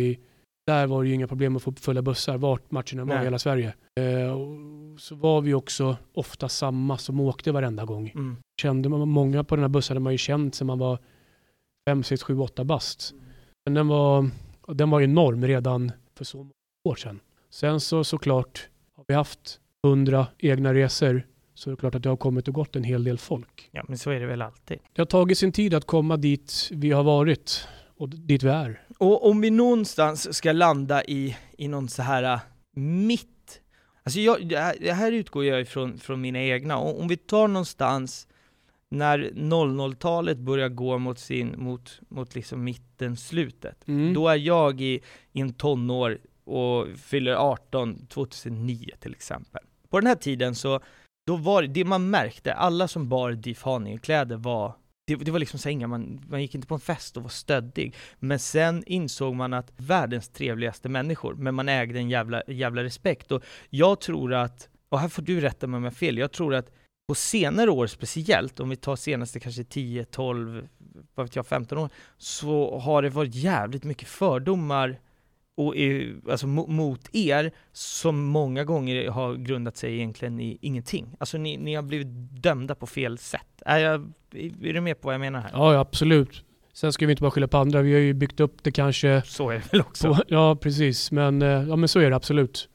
Speaker 3: där var det ju inga problem att få fulla bussar vart matcherna var i hela Sverige. Så var vi också ofta samma som åkte varenda gång. Kände man många på den här bussen, man ju känt sen man var 5, 6, 7, 8 bast. Men den var enorm redan för så många år sedan. Sen såklart har vi haft 100 egna resor, så är det klart att det har kommit och gått en hel del folk.
Speaker 1: Ja, men så är det väl alltid.
Speaker 3: Det har tagit sin tid att komma dit vi har varit och dit vi är.
Speaker 1: Och om vi någonstans ska landa i någon så här mitt, alltså det här utgår jag från mina egna. Och om vi tar någonstans när 00-talet börjar gå mot liksom mitten, slutet. Då är jag i en tonår och fyller 18 2009 till exempel. På den här tiden så då var det man märkte, alla som bar DIF Haninge-kläder var det var liksom så inga, man gick inte på en fest och var stöddig. Men sen insåg man att världens trevligaste människor, men man ägde en jävla respekt. Och jag tror att, och här får du rätta mig om jag har fel, jag tror att på senare år speciellt, om vi tar senaste kanske 10, 12, 15 år, så har det varit jävligt mycket fördomar och alltså mot er som många gånger har grundat sig egentligen i ingenting. Alltså ni har blivit dömda på fel sätt. Är du med på vad jag menar här?
Speaker 3: Ja, absolut. Sen ska vi inte bara skylla på andra. Vi har ju byggt upp det kanske...
Speaker 1: Så är det väl också.
Speaker 3: Ja, precis. Men så är det absolut.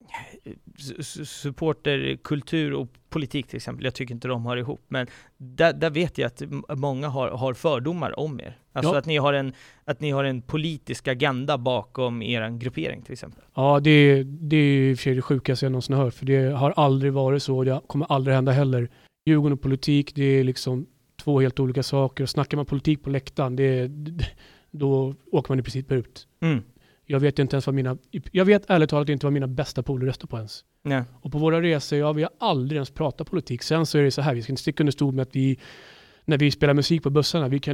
Speaker 1: Supporter, kultur och politik till exempel. Jag tycker inte de har ihop. Men där vet jag att många har fördomar om er. Alltså att ni har en politisk agenda bakom er gruppering till exempel.
Speaker 3: Ja, det är i och för sig det sjukaste jag någonsin har hört. För det har aldrig varit så och det kommer aldrig hända heller. Djurgården och politik, det är liksom 2 helt olika saker. Och snackar man politik på läktaren, då åker man i princip ut. Jag vet inte ens jag vet ärligt talat inte vad mina bästa polare röstar på ens.
Speaker 1: Nej.
Speaker 3: Och på våra resor, vi har aldrig ens pratat politik. Sen så är det så här, vi ska inte sticka under stol med att när vi spelar musik på bussarna, vi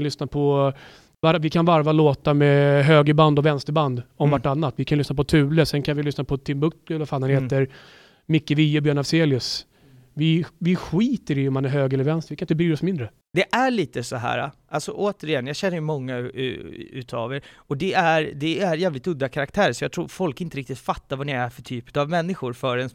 Speaker 3: kan varva låtar med högerband och vänsterband om vartannat. Vi kan lyssna på Thule, sen kan vi lyssna på Timbuktu eller vad fan han heter. Micke Wiehe och Björn Afzelius. Vi skiter i om man är höger eller vänster. Vi kan inte bry oss mindre.
Speaker 1: Det är lite så här, alltså återigen, jag känner ju många utav er, och det är jävligt udda karaktärer, så jag tror folk inte riktigt fattar vad ni är för typ av människor förrän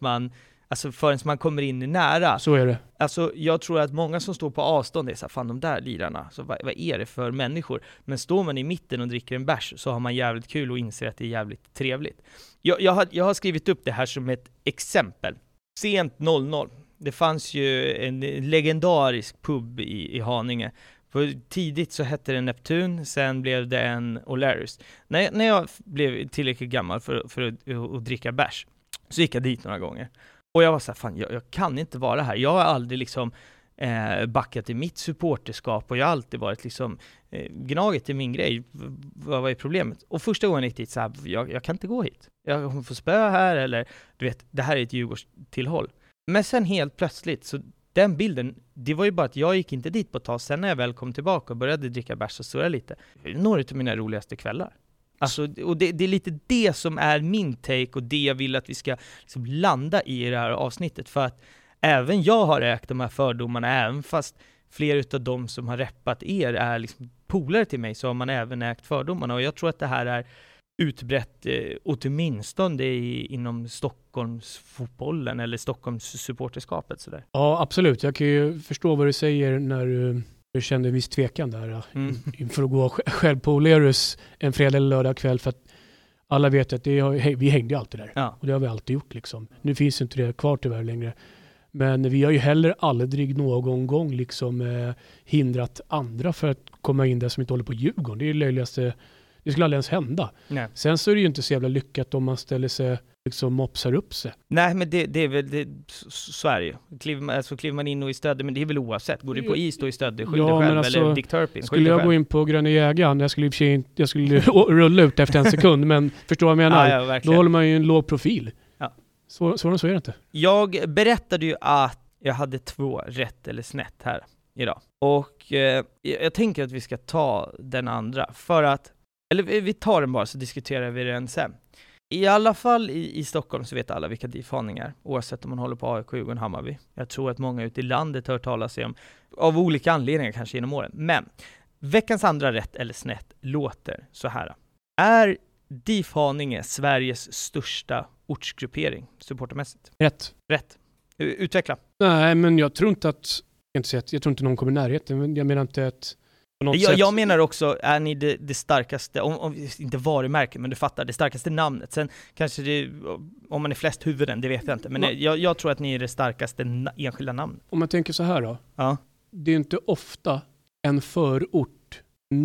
Speaker 1: man kommer in i nära.
Speaker 3: Så är det.
Speaker 1: Alltså jag tror att många som står på avstånd är så här, fan de där lirarna, så vad är det för människor? Men står man i mitten och dricker en bärs så har man jävligt kul och inser att det är jävligt trevligt. Jag har skrivit upp det här som ett exempel. Sent 00. Det fanns ju en legendarisk pub i Haninge. För tidigt så hette det Neptun, sen blev det en O'Larrys. När jag blev tillräckligt gammal för att dricka bärs så gick jag dit några gånger. Och jag var så här, fan jag kan inte vara här. Jag har aldrig liksom backat i mitt supporterskap, och jag har alltid varit liksom gnaget i min grej. Vad är problemet? Och första gången jag gick dit så här, jag kan inte gå hit. Jag kommer få spö här, eller du vet, det här är ett Djurgårdstillhåll. Men sen helt plötsligt, så den bilden, det var ju bara att jag gick inte dit på ett tag. Sen när jag väl kom tillbaka och började dricka bärs och surra lite, några av mina roligaste kvällar. Alltså, och det är lite det som är min take, och det jag vill att vi ska liksom landa i det här avsnittet. För att även jag har ägt de här fördomarna, även fast flera utav dem som har reppat er är liksom polare till mig, så har man även ägt fördomarna. Och jag tror att det här är utbrett åtminstone inom Stockholmsfotbollen eller Stockholms supporterskapet sådär.
Speaker 3: Ja, absolut. Jag kan ju förstå vad du säger när du kände en viss tvekan där inför att gå själv på O'Larrys en fredag eller lördag kväll, för att alla vet att vi hängde ju alltid där. Ja. Och det har vi alltid gjort liksom. Nu finns inte det kvar tyvärr längre. Men vi har ju heller aldrig någon gång liksom hindrat andra för att komma in där som inte håller på Djurgården. Det är ju löjligaste. Det skulle aldrig ens hända. Nej. Sen så är det ju inte så jävla lyckat om man ställer sig liksom mopsar upp sig.
Speaker 1: Nej, men det är väl Sverige. Kliver man in och i stöd, men det är väl oavsett. Går du på is då i stöd, skyll dig själv, alltså, eller Dick Turpin.
Speaker 3: Skulle jag gå in på Gröna Jägaren, jag skulle rulla ut efter en sekund, men förstår vad jag menar? Ja, då håller man ju en låg profil. Ja. Så är det inte. Jag
Speaker 1: berättade ju att jag hade 2 rätt eller snett här idag. Och jag tänker att vi ska ta den andra, för att eller vi tar den bara så diskuterar vi den sen. I alla fall i Stockholm så vet alla vilka DIF-Haninge är, oavsett om man håller på AIK, Djurgården, Hammarby. Jag tror att många ute i landet hör talas sig om, av olika anledningar kanske genom åren. Men veckans andra rätt eller snett låter så här. Är DIF-Haninge Sveriges största ortsgruppering supportermässigt? Rätt. Utveckla.
Speaker 3: Nej, men jag tror inte att jag tror inte någon kommer i närheten. Jag menar inte att
Speaker 1: jag menar också, är ni det starkaste, om inte varumärke, men du fattar, det starkaste namnet. Sen kanske det, om man är flest huvuden, det vet jag inte. Men jag tror att ni är det starkaste enskilda namnet.
Speaker 3: Om man tänker så här då. Ja. Det är inte ofta en förort,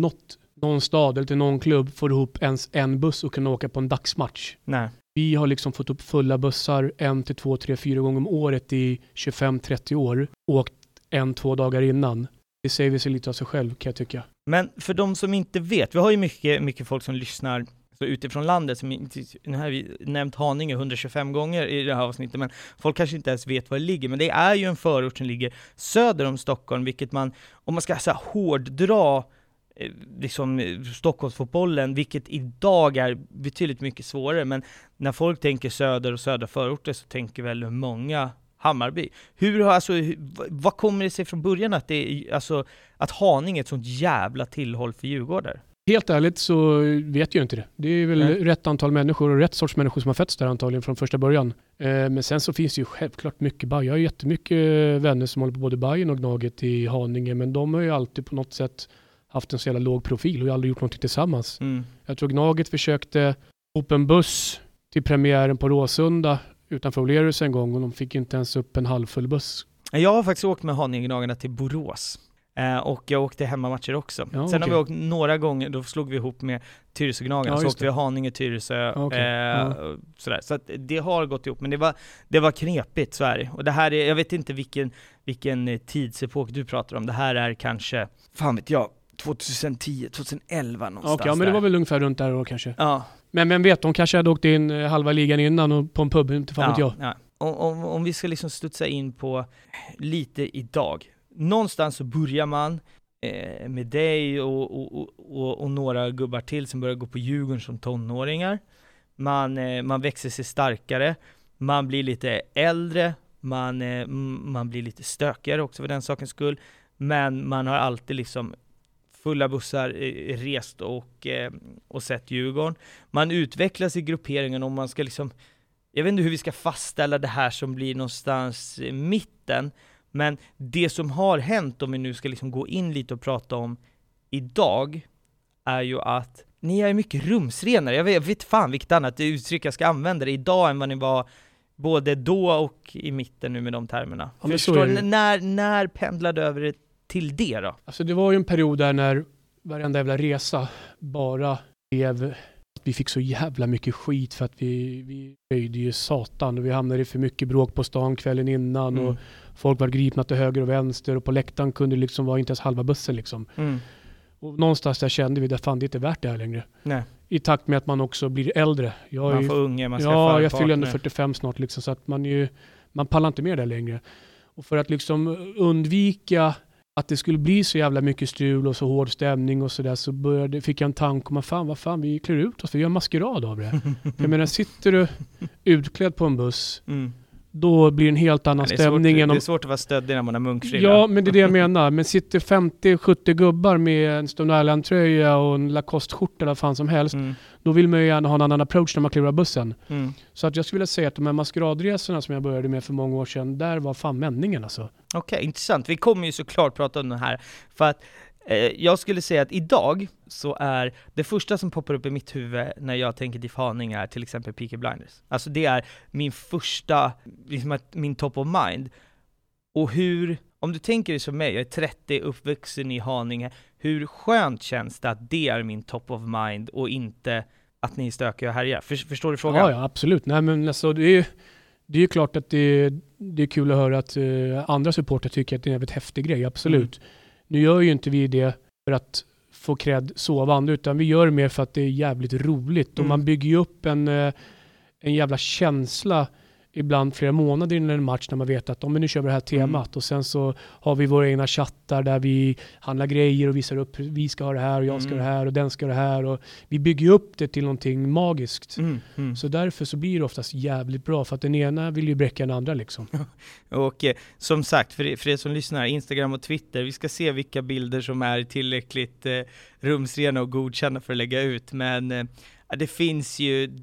Speaker 3: någon stad eller någon klubb får ihop ens en buss och kan åka på en dagsmatch. Nej. Vi har liksom fått upp fulla bussar 1 till 2, 3, 4 gånger om året i 25-30 år. Åkt 1-2 dagar innan. Det säger vi sig lite av sig själv, kan jag tycka.
Speaker 1: Men för de som inte vet, vi har ju mycket folk som lyssnar så utifrån landet. Nu har vi nämnt Haninge 125 gånger i det här avsnittet, men folk kanske inte ens vet var det ligger. Men det är ju en förort som ligger söder om Stockholm, vilket man, om man ska så här hårddra liksom Stockholmsfotbollen, vilket idag är betydligt mycket svårare. Men när folk tänker söder och södra förorter så tänker väl många Hammarby. Vad kommer det sig från början att Haninge är ett sånt jävla tillhåll för Djurgårdar?
Speaker 3: Helt ärligt så vet jag inte det. Det är väl rätt antal människor och rätt sorts människor som har fötts där antagligen från första början. Men sen så finns det ju självklart mycket Bajen. Jag har jättemycket vänner som håller på både Bajen och Gnaget i Haninge, men de har ju alltid på något sätt haft en så jävla låg profil och aldrig gjort någonting tillsammans. Jag tror Gnaget försökte upp en buss till premiären på Råsunda utanför O'Larrys en gång, och de fick inte ens upp en halvfull buss.
Speaker 1: Jag har faktiskt åkt med Haninge-gnagarna till Borås. Och jag åkte hemmamatcher också. Ja, sen har vi åkt några gånger, då slog vi ihop med Tyresö-gnagarna. Så åkte vi Haninge, Tyresö. Sådär. Så att det har gått ihop. Men det var knepigt, Sverige. Och det här är, jag vet inte vilken tidsepok du pratar om. Det här är kanske, fan vet jag, 2010, 2011 någonstans.
Speaker 3: Okej, men det var väl ungefär runt där då kanske. Ja. Men vet, de kanske hade åkt in halva ligan innan och på en pub, inte fan vet jag. Ja.
Speaker 1: Om vi ska liksom studsa in på lite idag. Någonstans så börjar man med dig och några gubbar till som börjar gå på Djurgården som tonåringar. Man växer sig starkare. man blir lite äldre, man blir lite stökigare också för den sakens skull, men man har alltid liksom fulla bussar rest och sett Djurgården. Man utvecklas i grupperingen och man ska liksom, jag vet inte hur vi ska fastställa det här som blir någonstans i mitten, men det som har hänt, om vi nu ska liksom gå in lite och prata om idag, är ju att ni är mycket rumsrenare. Jag vet fan vilket annat uttryck jag ska använda det idag än vad ni var både då och i mitten nu med de termerna.
Speaker 3: Ja,
Speaker 1: förstår du, när pendlade över det till det då?
Speaker 3: Alltså det var ju en period där när varenda jävla resa bara blev, vi fick så jävla mycket skit för att vi höjde ju satan och vi hamnade i för mycket bråk på stan kvällen innan och folk var gripna till höger och vänster och på läktaren kunde liksom vara inte ens halva bussen liksom. Och någonstans där kände vi att fan, det är inte värt det här längre.
Speaker 1: Nej.
Speaker 3: I takt med att man också blir äldre.
Speaker 1: Man får unge, man skaffar
Speaker 3: ja, jag
Speaker 1: partner.
Speaker 3: fyller ändå 45 snart liksom, så att man pallar inte med det längre. Och för att liksom undvika att det skulle bli så jävla mycket strul och så hård stämning och sådär, så fick jag en tanke om vad fan, vi klär ut oss, vi gör maskerad av det. Jag menar, sitter du utklädd på en buss, då blir det en helt annan stämning.
Speaker 1: Det är svårt att vara stöddig när man har munkfrilla.
Speaker 3: Ja, men det är det jag menar. Men sitter 50-70 gubbar med en Stone Island-tröja och en Lacoste-skjorta eller vad fan som helst, då vill man ju gärna ha en annan approach när man kliver av bussen. Så att jag skulle vilja säga att de här maskeradresorna som jag började med för många år sedan, där var fan meningen alltså.
Speaker 1: Okej, intressant. Vi kommer ju såklart prata om det här. För att jag skulle säga att idag så är det första som poppar upp i mitt huvud när jag tänker DIF Haninge är till exempel Peaky Blinders. Alltså det är min första, liksom min top of mind. Och hur, om du tänker dig som mig, jag är 30, uppvuxen i Haninge, hur skönt känns det att det är min top of mind och inte att ni är stökiga och härjar? Förstår du frågan?
Speaker 3: Ja, absolut. Nej, men alltså, det är ju klart att det är kul att höra att andra supporter tycker att det är en väldigt häftig grej, absolut. Nu gör ju inte vi det för att få cred sovande, utan vi gör det mer för att det är jävligt roligt. Och man bygger ju upp en jävla känsla ibland flera månader innan en match när man vet att om vi nu kör det här temat och sen så har vi våra egna chattar där vi handlar grejer och visar upp vi ska ha det här och jag ska ha det här och den ska ha det här och vi bygger upp det till någonting magiskt. Så därför så blir det oftast jävligt bra för att den ena vill ju bräcka den andra liksom.
Speaker 1: Och som sagt, för er som lyssnar, Instagram och Twitter, vi ska se vilka bilder som är tillräckligt rumsrena och godkända för att lägga ut, men det finns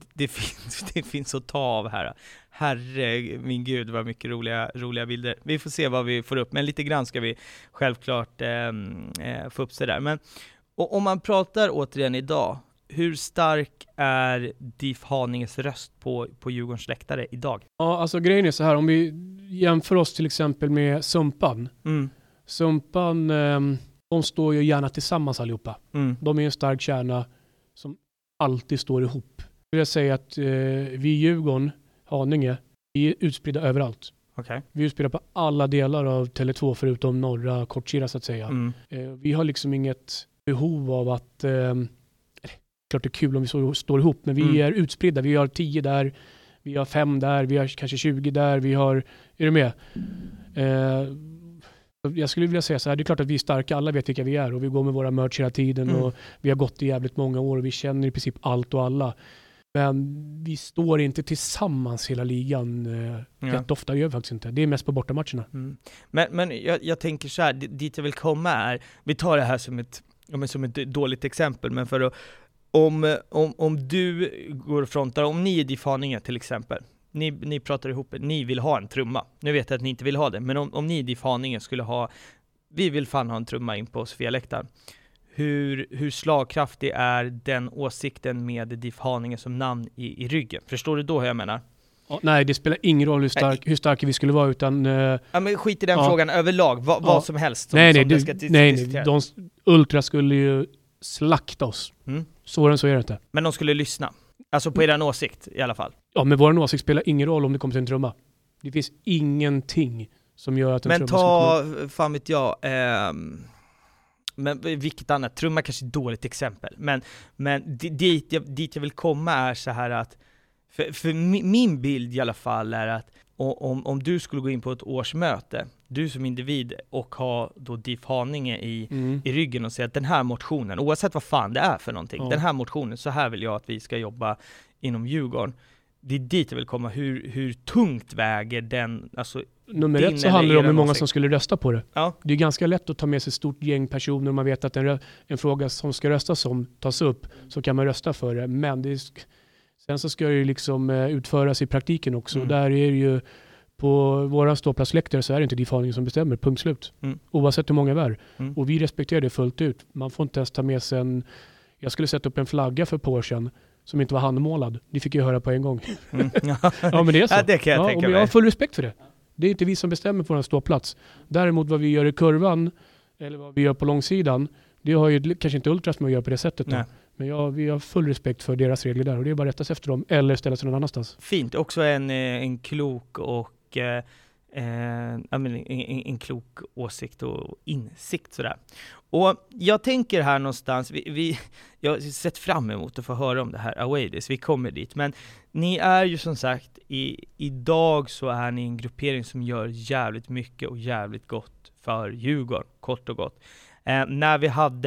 Speaker 1: att ta av här. Herre, min gud, vad mycket roliga bilder. Vi får se vad vi får upp, men lite grann ska vi självklart få upp sig där. Men om man pratar återigen idag, hur stark är DIF Haninges röst på Djurgårdens läktare idag? Ja,
Speaker 3: alltså grejen är så här, om vi jämför oss till exempel med Sumpan. Sumpan, de står ju gärna tillsammans allihopa. De är en stark kärna som alltid står ihop. Jag vill säga att vi i Djurgården, Haninge, vi är utspridda överallt.
Speaker 1: Okay.
Speaker 3: Vi är utspridda på alla delar av Tele2 förutom norra Kortkira så att säga. Vi har liksom inget behov av att klart det är kul om vi står ihop, men vi är utspridda. Vi har 10 där, vi har 5 där, vi har kanske 20 där, vi har, är du med? Jag skulle vilja säga så här, det är klart att vi är starka, alla vet vilka vi är och vi går med våra merch hela tiden och vi har gått i jävligt många år och vi känner i princip allt och alla. Men vi står inte tillsammans hela ligan. Rätt ofta gör vi faktiskt inte. Det är mest på bortamatcherna.
Speaker 1: Men jag tänker så här, dit jag vill komma är, vi tar det här som ett dåligt exempel, men för att om du går och frontar, om ni är DIF Haninge till exempel, ni pratar ihop, ni vill ha en trumma. Nu vet jag att ni inte vill ha det, men om ni i DIF Haninge skulle ha, vi vill fan ha en trumma in på Sofia-läktaren. Hur slagkraftig är den åsikten med DIF Haninge som namn i ryggen? Förstår du då hur jag menar?
Speaker 3: Nej, det spelar ingen roll hur starka vi skulle vara, utan...
Speaker 1: Ja, men skit i den frågan överlag, vad som helst.
Speaker 3: Ultra skulle ju slakta oss. Så är det inte.
Speaker 1: Men de skulle lyssna. Alltså på er åsikt i alla fall.
Speaker 3: Ja, men vår åsikt spelar ingen roll om det kommer till en trumma. Det finns ingenting som gör att en trumma
Speaker 1: Men ta, fan vet jag... Men vilket annat, trumma kanske är ett dåligt exempel, men dit jag vill komma är så här att för min bild i alla fall är att om du skulle gå in på ett årsmöte, du som individ, och ha då DIF Haninge i ryggen och säga att den här motionen, oavsett vad fan det är för någonting, den här motionen, så här vill jag att vi ska jobba inom Djurgården. det är dit jag vill komma. Hur tungt väger den, alltså
Speaker 3: nummer ett så handlar det om hur många som skulle rösta på det.
Speaker 1: Ja.
Speaker 3: Det är ganska lätt att ta med sig ett stort gäng personer om man vet att en fråga som ska röstas om tas upp, så kan man rösta för det. Men sen så ska det ju liksom utföras i praktiken också. Där är det ju på våra ståplatsläktare så är det inte DIF Haninge som bestämmer, punkt slut. Oavsett hur många vi är. Och vi respekterar det fullt ut. Man får inte ens ta med sig jag skulle sätta upp en flagga för ett par år sedan som inte var handmålad. Det fick jag höra på en gång. Ja, men det är så.
Speaker 1: Ja, det kan jag tänka mig.
Speaker 3: Jag har full respekt för det. Det är inte vi som bestämmer på vår ståplats. Däremot vad vi gör i kurvan eller vad vi gör på långsidan, det har ju kanske inte Ultras med att göra på det sättet. Men vi har full respekt för deras regler där, och det är bara att rätta sig efter dem eller ställa sig någon annanstans.
Speaker 1: Fint. Också en klok och en klok åsikt och insikt sådär. Och jag tänker här någonstans, jag har sett fram emot att få höra om det här Away Days, vi kommer dit, men ni är ju som sagt idag så är ni en gruppering som gör jävligt mycket och jävligt gott för Djurgården, kort och gott. När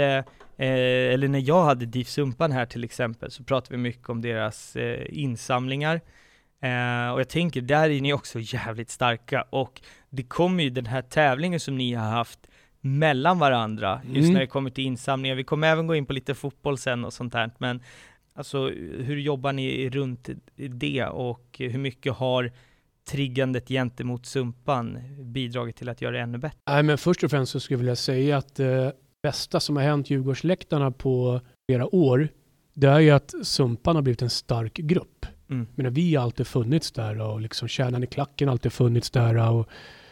Speaker 1: jag hade DIF Sumpan här till exempel, så pratade vi mycket om deras insamlingar. Och jag tänker, där är ni också jävligt starka, och det kommer ju den här tävlingen som ni har haft mellan varandra just när det kommer till insamlingar. Vi kommer även gå in på lite fotboll sen och sånt här, men alltså hur jobbar ni runt det, och hur mycket har triggandet gentemot Sumpan bidragit till att göra det ännu bättre? Nej, men först och främst så skulle jag vilja säga att det bästa som har hänt Djurgårdsläktarna på flera år, det är ju att Sumpan har blivit en stark grupp. Men vi har alltid funnits där, och liksom kärnan i klacken har alltid funnits där, och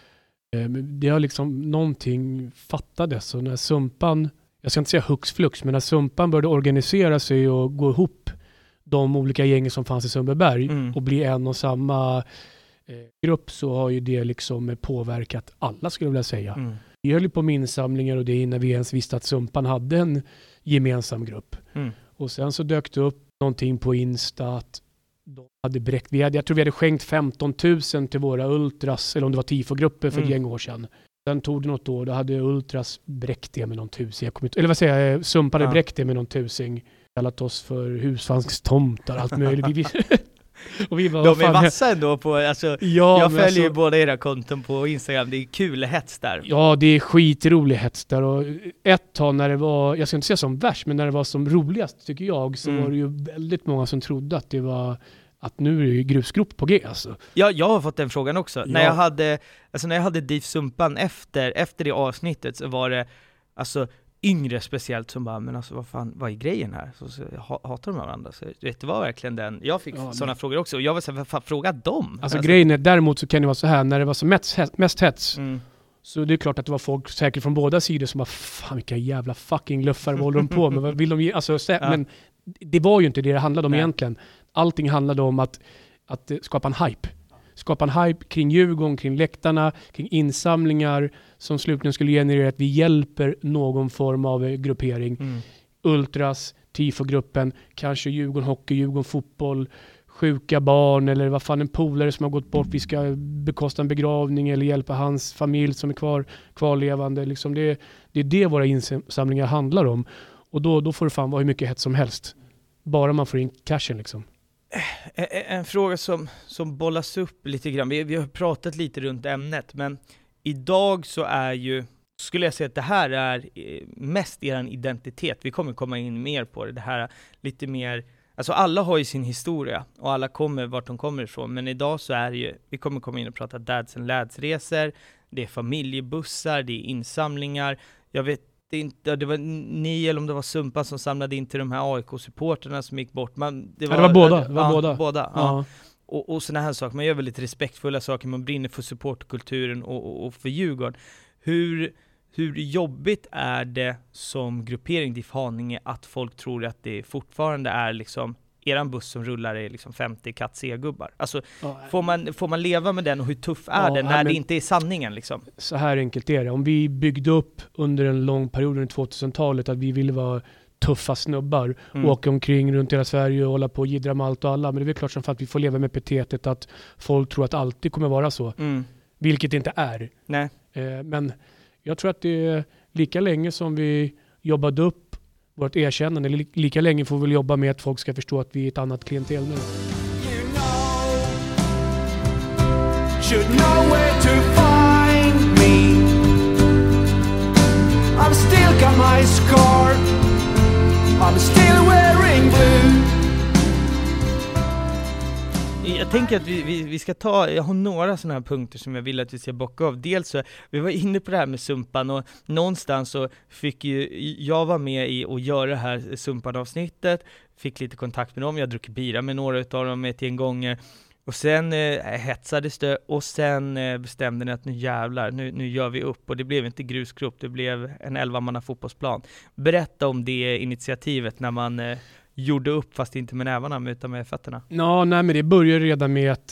Speaker 1: det har liksom någonting fattades. Och när Sumpan, jag ska inte säga hux flux, men när Sumpan började organisera sig och gå ihop de olika gängen som fanns i Sundbyberg och bli en och samma grupp, så har ju det liksom påverkat alla, skulle jag vilja säga. Vi höll på med insamlingar, och det innan vi ens visste att Sumpan hade en gemensam grupp. Och sen så dök det upp någonting på Insta att de hade bräckt. Jag tror vi hade skänkt 15 000 till våra Ultras, eller om det var tifogrupper för ett gäng år sedan. Sen tog det något år, då hade Ultras bräckt det med någon tusing. Eller vad säger jag, Sumpan hade bräckt det med någon tusing. Kallat oss för husvagnstomtar, allt möjligt. Och vi bara, de är vassa ändå på, alltså, jag följer ju båda era konton på Instagram, det är kul hets där. Ja, det är skitrolig hets där, och ett tag när det var, jag ska inte säga som värst, men när det var som roligast tycker jag, så var det ju väldigt många som trodde att det var, att nu är det ju grusgrop på G alltså. Ja, jag har fått den frågan också. Ja. När jag hade DIF Sumpan efter det avsnittet, så var det alltså yngre speciellt som bara, men alltså vad är grejen här? Så hatar de varandra. Så det var verkligen den. Jag fick sådana frågor också, och jag var så här, fråga dem. Alltså grejen är, däremot så kan det vara så här, när det var som mest hets, så det är klart att det var folk säkert från båda sidor som var, fan vilka jävla fucking luffar håller de på med? Vad vill de ge? Alltså, men det var ju inte det handlade om egentligen. Allting handlade om att skapa en hype. Skapa en hype kring Djurgården, kring läktarna, kring insamlingar som slutligen skulle generera att vi hjälper någon form av gruppering. Ultras, tifogruppen, kanske Djurgården hockey, Djurgården fotboll, sjuka barn, eller vad fan, en polare som har gått bort, vi ska bekosta en begravning eller hjälpa hans familj som är kvarlevande. Liksom det är det våra insamlingar handlar om. Och då får det fan vara hur mycket hett som helst. Bara man får in cashen liksom. En fråga som bollas upp lite grann. Vi har pratat lite runt ämnet, men idag så är ju, skulle jag säga att det här är mest er identitet. Vi kommer komma in mer på det. Det här lite mer, alltså alla har ju sin historia och alla kommer vart de kommer ifrån, men idag så är det ju, vi kommer komma in och prata dads and lads resor, det är familjebussar, det är insamlingar. Jag vet inte, det var ni eller om det var Sumpan som samlade in till de här AIK-supporterna som gick bort. Det var båda. Ja. Och såna här saker. Man gör väldigt respektfulla saker. Man brinner för supportkulturen och för Djurgården. Hur jobbigt är det som gruppering DIF Haninge att folk tror att det fortfarande är liksom eran buss som rullar är liksom 50 Cat C-gubbar? Alltså, får man leva med den, och hur tuff är det när det inte är sanningen liksom? Så här enkelt är det. Om vi byggde upp under en lång period under 2000-talet att vi ville vara tuffa snubbar, åka omkring runt hela Sverige och hålla på och jiddra med allt och alla, men det är väl klart som för att vi får leva med epitetet att folk tror att alltid kommer vara så. Vilket det inte är. Nej. Men jag tror att det är lika länge som vi jobbade upp vårt erkännande, eller lika länge får vi väl jobba med att folk ska förstå att vi är ett annat klientel nu. You know
Speaker 2: should know where to find me. I've still got my scar, I'm still wearing blue.
Speaker 1: Jag tänker att vi ska ta, jag har några sådana här punkter som jag vill att vi ska bocka av. Dels så, vi var inne på det här med Sumpan och någonstans så fick ju jag vara med i att göra det här Sumpan-avsnittet, fick lite kontakt med dem, jag druckit bira med några utav dem ett gäng gånger och sen hetsades det och sen bestämde ni att nu jävlar, nu gör vi upp och det blev inte grusgrop, det blev en 11-manna fotbollsplan. Berätta om det initiativet när man gjorde upp fast inte med nävarna utan med fötterna.
Speaker 3: Ja, nej, men det började redan med att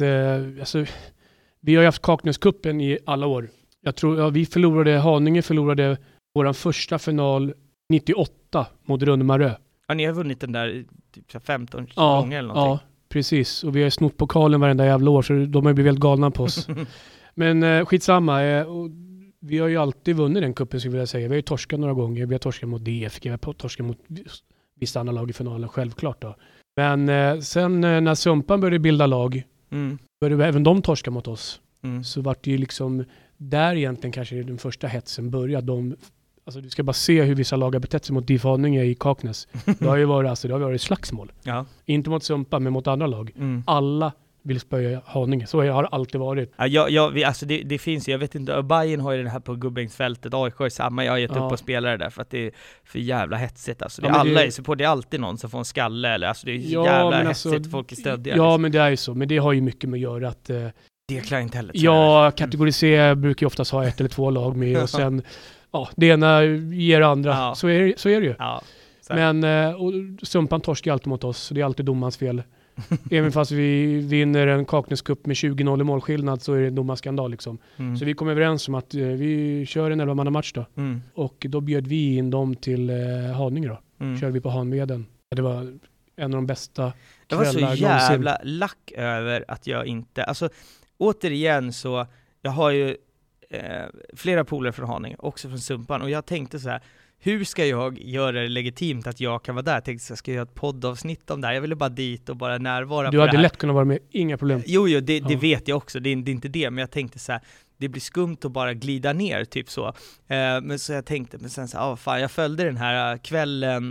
Speaker 3: vi har ju haft Kaknäscupen i alla år. Jag tror vi Haninge förlorade vår första final 98 mot Rundemarö.
Speaker 1: Ja, ni har vunnit den där typ 15 gånger eller någonting.
Speaker 3: Ja, precis. Och vi har snott pokalen varenda jävla år så de har blivit helt galna på oss. Men skitsamma. Och vi har ju alltid vunnit den kuppen skulle jag vilja säga. Vi har ju torskat några gånger. Vi har torskat mot DFG, vi har torskat mot vissa andra lag i finalen, självklart då. Men sen när Sumpan började bilda lag började även de torska mot oss. Så var det ju liksom där egentligen kanske den första hetsen började. Alltså du ska bara se hur vissa lag har betett sig mot DIF Haninge i Kaknäs. Det har ju varit slagsmål. Ja. Inte mot Sumpan men mot andra lag. Alla vill spöja Haninge. Så har det alltid varit.
Speaker 1: Alltså det finns ju, jag vet inte, Bayern har ju den här på Gubbängsfältet, AIK är samma, jag har gett upp på spelare där för att det är för jävla hetsigt. Alltså det är alltid någon som får en skalle eller alltså det är jävla hetsigt, folk är stöddiga.
Speaker 3: Ja liksom. Men det är ju så, men det har ju mycket med att göra att
Speaker 1: det är klientellet.
Speaker 3: Ja, kategori C brukar ju oftast ha 1 eller 2 lag med och sen det ena ger andra. Ja. Så är det ju. Ja, men och Sumpan torskar alltid mot oss, så det är alltid domarens fel. Även fast vi vinner en Kaknäscup med 20-0 i målskillnad så är det en domarskandal liksom. Så vi kom överens om att vi kör en 11-mannamatch då. Och då bjöd vi in dem till Haninge då. Körde vi på Hanveden. Det var en av de bästa kvällar någonsin.
Speaker 1: Jag var så jävla lack över att jag inte... Alltså, återigen så... Jag har ju flera polare från Haninge, också från Sumpan. Och jag tänkte så här... Hur ska jag göra det legitimt att jag kan vara där? Jag tänkte jag ska göra ett poddavsnitt om det här. Jag ville bara dit och bara närvara.
Speaker 3: Du hade lätt kunnat vara med, inga problem.
Speaker 1: Jo, det vet jag också. Det är inte det. Men jag tänkte så här, det blir skumt att bara glida ner, typ så. Men så jag tänkte, men sen så fan, jag följde den här kvällen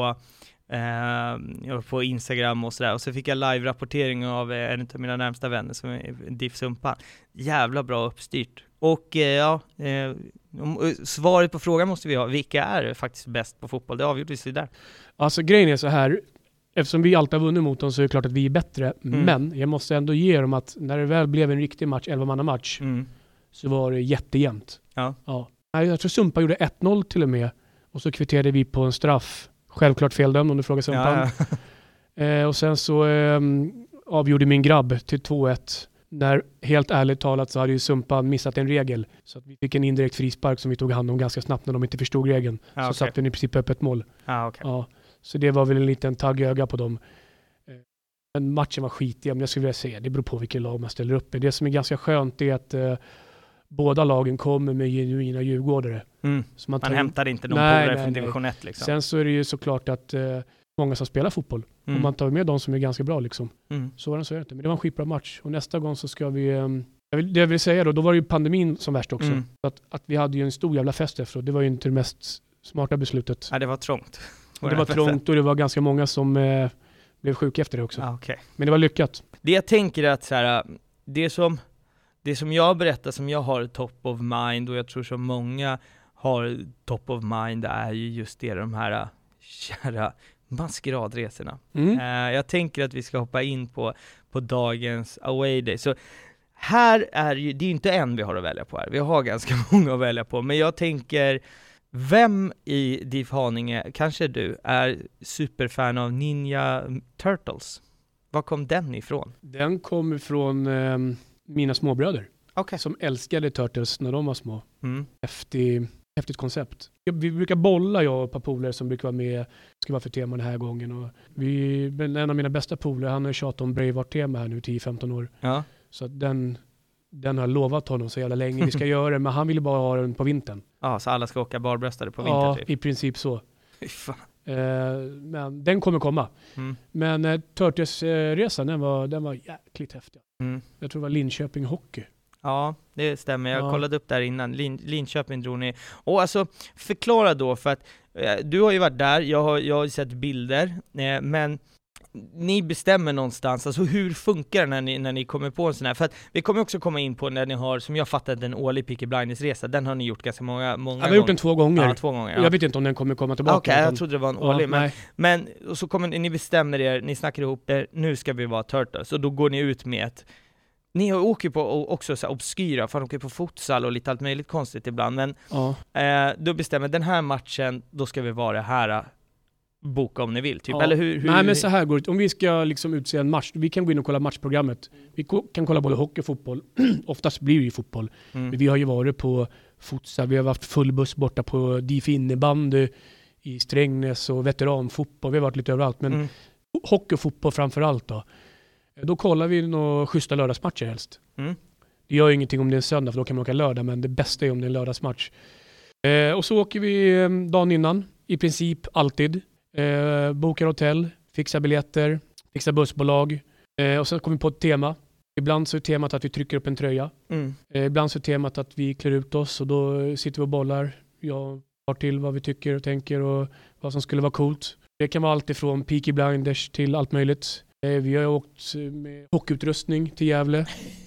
Speaker 1: på Instagram och sådär. Och så fick jag live-rapportering av en av mina närmsta vänner som är DIF Sumpan. Jävla bra uppstyrt. Och svaret på frågan måste vi ha. Vilka är faktiskt bäst på fotboll? Det avgjordes ju där.
Speaker 3: Alltså grejen är så här. Eftersom vi alltid har vunnit mot dem så är det klart att vi är bättre. Men jag måste ändå ge dem att när det väl blev en riktig match, 11-mannamatch, så var det jättejämnt. Ja. Jag tror Sumpa gjorde 1-0 till och med. Och så kvitterade vi på en straff. Självklart feldömd om du frågar Sumpan. Ja. Och sen så avgjorde min grabb till 2-1. När helt ärligt talat så hade ju Sumpan missat en regel. Så att vi fick en indirekt frispark som vi tog hand om ganska snabbt när de inte förstod regeln. Så satte den i princip öppet mål. Ja, så det var väl en liten tagg i öga på dem. Men matchen var skitig, men jag skulle vilja säga det beror på vilket lag man ställer upp i. Det som är ganska skönt är att båda lagen kommer med genuina djurgårdare. Så man
Speaker 1: hämtar inte någon polare från division 1 liksom.
Speaker 3: Sen så är det ju såklart att många som spelar fotboll. Och man tar med de som är ganska bra liksom. Så var det inte. Men det var en skitbra match. Och nästa gång så ska vi... jag vill säga då var det ju pandemin som värst också. Att vi hade ju en stor jävla fest efteråt. Det var ju inte det mest smarta beslutet.
Speaker 1: Ja, det var trångt.
Speaker 3: Det var trångt och det var ganska många som blev sjuka efter det också.
Speaker 1: Okay.
Speaker 3: Men det var lyckat.
Speaker 1: Det jag tänker är att så här, det som jag berättar som jag har top of mind och jag tror som många har top of mind är ju just det, de här kära maskeradresorna. Jag tänker att vi ska hoppa in på dagens away day. Så här är ju, det är inte en vi har att välja på här. Vi har ganska många att välja på. Men jag tänker, vem i DIF Haninge, kanske du, är superfan av Ninja Turtles? Var kom den ifrån?
Speaker 3: Den kom ifrån mina småbröder. Okay. Som älskade Turtles när de var små. Häftigt koncept. Vi brukar bolla, jag och ett par polare som brukar vara med, ska vara för tema den här gången. Och en av mina bästa polare, han har tjatat om Braveheart-tema här nu 10-15 år. Ja. Så att den har lovat honom så jävla länge. Vi ska göra det, men han ville bara ha den på vintern.
Speaker 1: Ja, så alla ska åka barbröstade på vintern?
Speaker 3: Ja, typ. I princip så. Men den kommer komma. Men Turtles-resan, den var jäkligt häftig. Jag tror det var Linköping Hockey.
Speaker 1: Ja, det stämmer. Jag kollade upp där innan. Linköping drog ni. Och alltså, förklara då, för att du har ju varit där, jag har sett bilder, men ni bestämmer någonstans, alltså hur funkar det när ni kommer på en sån här? För att vi kommer också komma in på när ni har, som jag fattat, en årlig Peaky Blinders-resa. Den har ni gjort ganska många gånger.
Speaker 3: Vi har gjort den 2 gånger.
Speaker 1: Ja, 2 gånger. Ja.
Speaker 3: Jag vet inte om den kommer komma tillbaka.
Speaker 1: Okej, jag trodde det var en årlig. Men och så kommer ni bestämmer er, ni snackar ihop det, nu ska vi vara Turtles. Och då går ni ut med ett... Ni åker på också så obskyra, för de åker på futsal och lite allt möjligt konstigt ibland. Men då bestämmer den här matchen, då ska vi vara det här... boka om ni vill, typ. Eller hur?
Speaker 3: Nej, men så här går det. Om vi ska liksom utse en match, vi kan gå in och kolla matchprogrammet. Vi kan kolla både hockey och fotboll. Oftast blir det ju fotboll. Men vi har ju varit på futsal, vi har haft full buss borta på DIF innebandy i Strängnäs och veteranfotboll. Vi har varit lite överallt, men hockey och fotboll framförallt då. Då kollar vi några schyssta lördagsmatcher helst. Det gör ju ingenting om det är en söndag, för då kan man åka lördag, men det bästa är om det är en lördagsmatch. Och så åker vi dagen innan, i princip alltid. Bokar hotell, fixar biljetter, fixar bussbolag, och sen kommer vi på ett tema. Ibland så är temat att vi trycker upp en tröja. Ibland så är temat att vi klär ut oss, och då sitter vi och bollar. Jag har till vad vi tycker och tänker och vad som skulle vara coolt. Det kan vara allt ifrån Peaky Blinders till allt möjligt. Vi har åkt med hockeyutrustning till Gävle.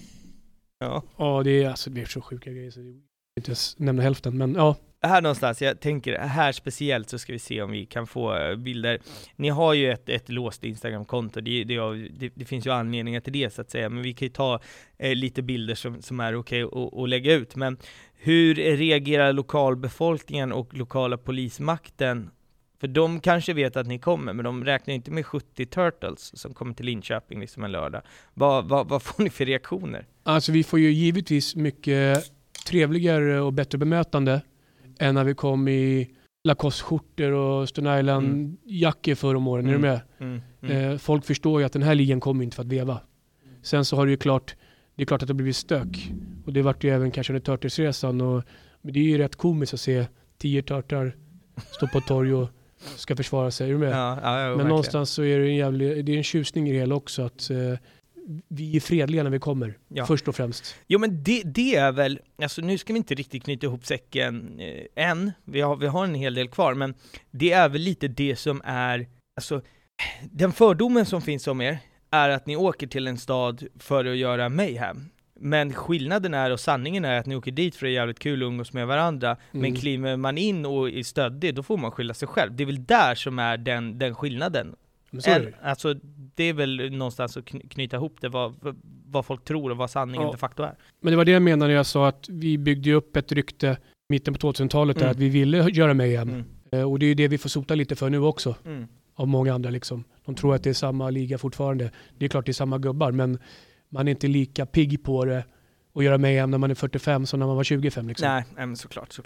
Speaker 3: Ja, det är så sjuka grejer så jag vill inte nämna hälften, men ja.
Speaker 1: Här någonstans, jag tänker här speciellt så ska vi se om vi kan få bilder. Ni har ju ett låst Instagram-konto, det finns ju anledningar till det så att säga, men vi kan ju ta lite bilder som är okej att lägga ut. Men hur reagerar lokalbefolkningen och lokala polismakten? För de kanske vet att ni kommer, men de räknar inte med 70 Turtles som kommer till Linköping liksom en lördag. Vad får ni för reaktioner? Alltså
Speaker 3: vi får ju givetvis mycket trevligare och bättre bemötande än när vi kom i Lacoste-skjortor och Stone Island-jackor förra om åren. Är du med? Folk förstår ju att den här ligan kommer inte för att veva. Sen så har det är klart att det har blivit stök. Och det vart ju även kanske under Turtles-resan. Men det är ju rätt komiskt att se 10 törtar stå på torg och ska försvara sig. Är du med?
Speaker 1: Ja, men
Speaker 3: verkligen. Någonstans så är det är en tjusning i det hela också att... vi är fredliga när vi kommer, först och främst.
Speaker 1: Jo, men det är väl, alltså nu ska vi inte riktigt knyta ihop säcken än, vi har en hel del kvar, men det är väl lite det som är, alltså den fördomen som finns om er är att ni åker till en stad för att göra mayhem. Men skillnaden är, och sanningen är, att ni åker dit för att det är jävligt kul att umgås med varandra. Men kliver man in och är stöddig, då får man skylla sig själv. Det är väl där som är den skillnaden. Alltså det är väl någonstans att knyta ihop det, vad folk tror och vad sanningen de facto är.
Speaker 3: Men det var det jag menade när jag sa att vi byggde upp ett rykte mitten på 2000-talet där att vi ville göra mayhem. Och det är ju det vi får sota lite för nu också. Av många andra liksom. De tror att det är samma liga fortfarande. Det är klart det är samma gubbar, men man är inte lika pigg på det och göra mayhem när man är 45 som när man var 25 liksom.
Speaker 1: Nej, men såklart.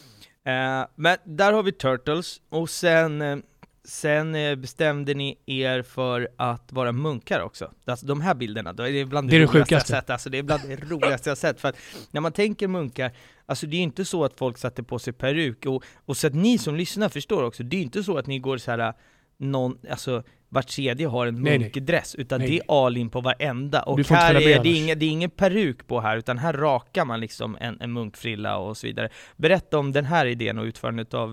Speaker 1: Men där har vi Turtles, och sen bestämde ni er för att vara munkar också. Alltså de här bilderna, då är det bland det roligaste jag sett. Alltså det är bland det roligaste jag sett. För att när man tänker munkar, alltså det är inte så att folk satte på sig peruk. Och så att ni som lyssnar förstår också, det är inte så att ni går så här, vart tredje har en munkdress, utan det är all in på varenda. Och här är det är ingen peruk på här, utan här rakar man liksom en munkfrilla och så vidare. Berätta om den här idén och utförandet av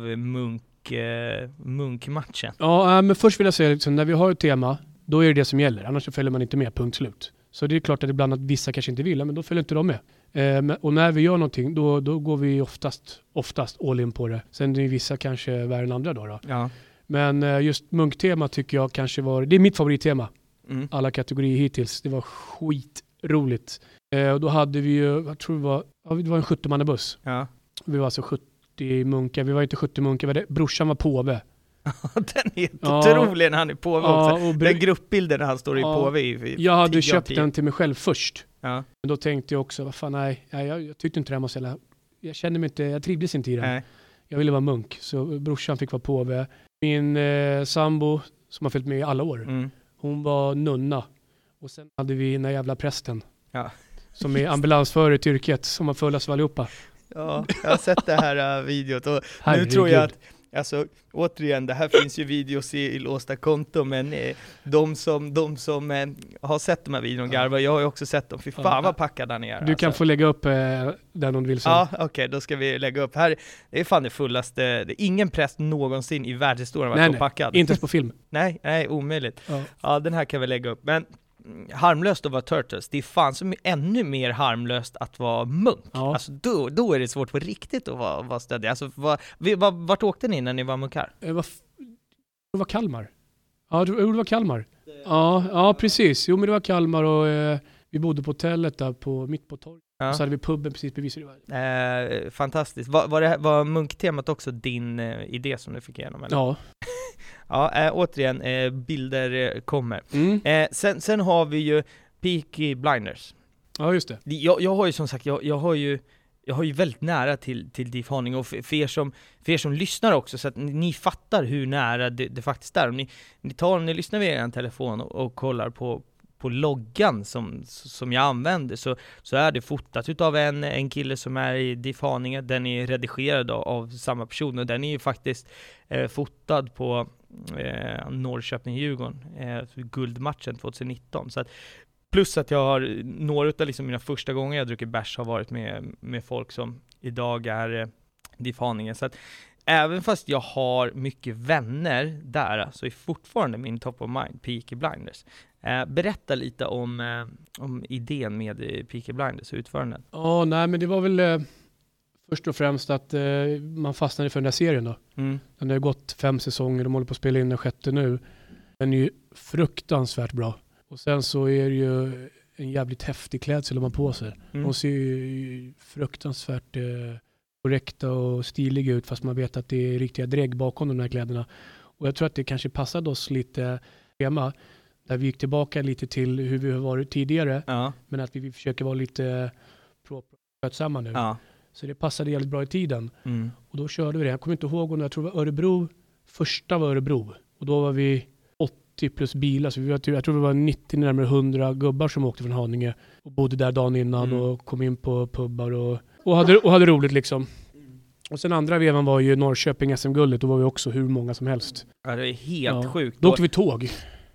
Speaker 1: munkmatchen. Ja, men först vill jag säga liksom, när vi har ett tema, då är det som gäller. Annars så följer man inte med, punkt slut. Så det är klart att ibland att vissa kanske inte vill, men då följer inte de med. Och när vi gör någonting, då går vi oftast all in på det. Sen är vissa kanske värre än andra då. Ja. Men just munktema tycker jag kanske det är mitt favorittema. Alla kategorier hittills. Det var skitroligt. Och då hade vi ju, jag tror det var en 70-mannabuss. Ja. Vi var alltså 70 munkar. Vi var inte 70 munkar. Brorsan var påve. Den är helt otrolig när han är påve också. Den gruppbilden när han står i påve
Speaker 3: jag hade köpt den till mig själv först. Ja. Men då tänkte jag också, vad fan, nej, jag tyckte inte det var så. Jag kände mig inte, jag trivdes inte i den. Nej. Jag ville vara munk, så brorsan fick vara påve. Min sambo, som har följt med i alla år, hon var nunna. Och sen hade vi den jävla prästen. Ja. Som är ambulansförare till yrket, som har följts av allihopa.
Speaker 1: Ja, jag har sett det här videot. Och nu tror jag att alltså återigen, det här finns ju videos i låsta konto, men de som har sett de här videorna garvar, jag har ju också sett dem. Fy fan vad packad han är.
Speaker 3: Du kan få lägga upp den om du vill.
Speaker 1: Ja, okej, då ska vi lägga upp. Här det är fan det fullaste, det är ingen präst någonsin i världshistorien varit så packad.
Speaker 3: Inte ens på film.
Speaker 1: nej, omöjligt. Ja, den här kan vi lägga upp. Men harmlöst att vara Turtles, det är fan som ännu mer harmlöst att vara munk.
Speaker 3: Ja.
Speaker 1: Alltså då är det svårt på riktigt att vara stöddig. Alltså, vart åkte ni när ni var munkar?
Speaker 3: Det var Kalmar. Ja, det var Kalmar. Ja, precis. Jo, men det var Kalmar och vi bodde på hotellet där mitt på torget.
Speaker 1: Ja.
Speaker 3: Och så hade vi puben precis bredvid.
Speaker 1: Fantastiskt. Var munktemat också din idé som du fick igenom? Eller?
Speaker 3: Ja.
Speaker 1: Ja, återigen, bilder kommer. Sen har vi ju Peaky Blinders.
Speaker 3: Ja, just det.
Speaker 1: Jag har ju som sagt, jag har ju väldigt nära till DIF Haninge, och för er som lyssnar också, så att ni fattar hur nära det faktiskt är. Om ni lyssnar vid er telefon och kollar på loggan som jag använder, så är det fotat utav en kille som är i DIF Haninge. Den är redigerad av samma person, och den är ju faktiskt fotad på Norrköping-Djurgården, guldmatchen 2019. Så att, plus att jag har några av liksom mina första gånger jag druckit bärs har varit med folk som idag är DIF Haninge. Så att även fast jag har mycket vänner där, så är fortfarande min top of mind Peaky Blinders. Berätta lite om idén med Peaky Blinders och utförandet.
Speaker 3: Ja, nej, men det var väl först och främst att man fastnade för den där serien då. Den har gått 5 säsonger, de håller på att spela in den 6:e nu. Den är ju fruktansvärt bra. Och sen så är det ju en jävligt häftig klädsel man på sig. De ser ju fruktansvärt korrekta och stiliga ut, fast man vet att det är riktiga drägg bakom de här kläderna. Och jag tror att det kanske passade oss lite tema, där vi gick tillbaka lite till hur vi har varit tidigare, men att vi försöker vara lite skötsamma nu. Ja. Så det passade jävligt bra i tiden. Och då körde vi det. Jag kommer inte ihåg om jag tror det var Örebro. Första var Örebro. Och då var vi 80 plus bilar. Så jag tror det var 90, närmare 100 gubbar som åkte från Haninge. Och bodde där dagen innan och kom in på pubbar och hade roligt liksom. Och sen andra vevan var ju Norrköping SM-guldet. Då var vi också hur många som helst.
Speaker 1: Ja, det är helt sjukt.
Speaker 3: Då åkte vi tåg.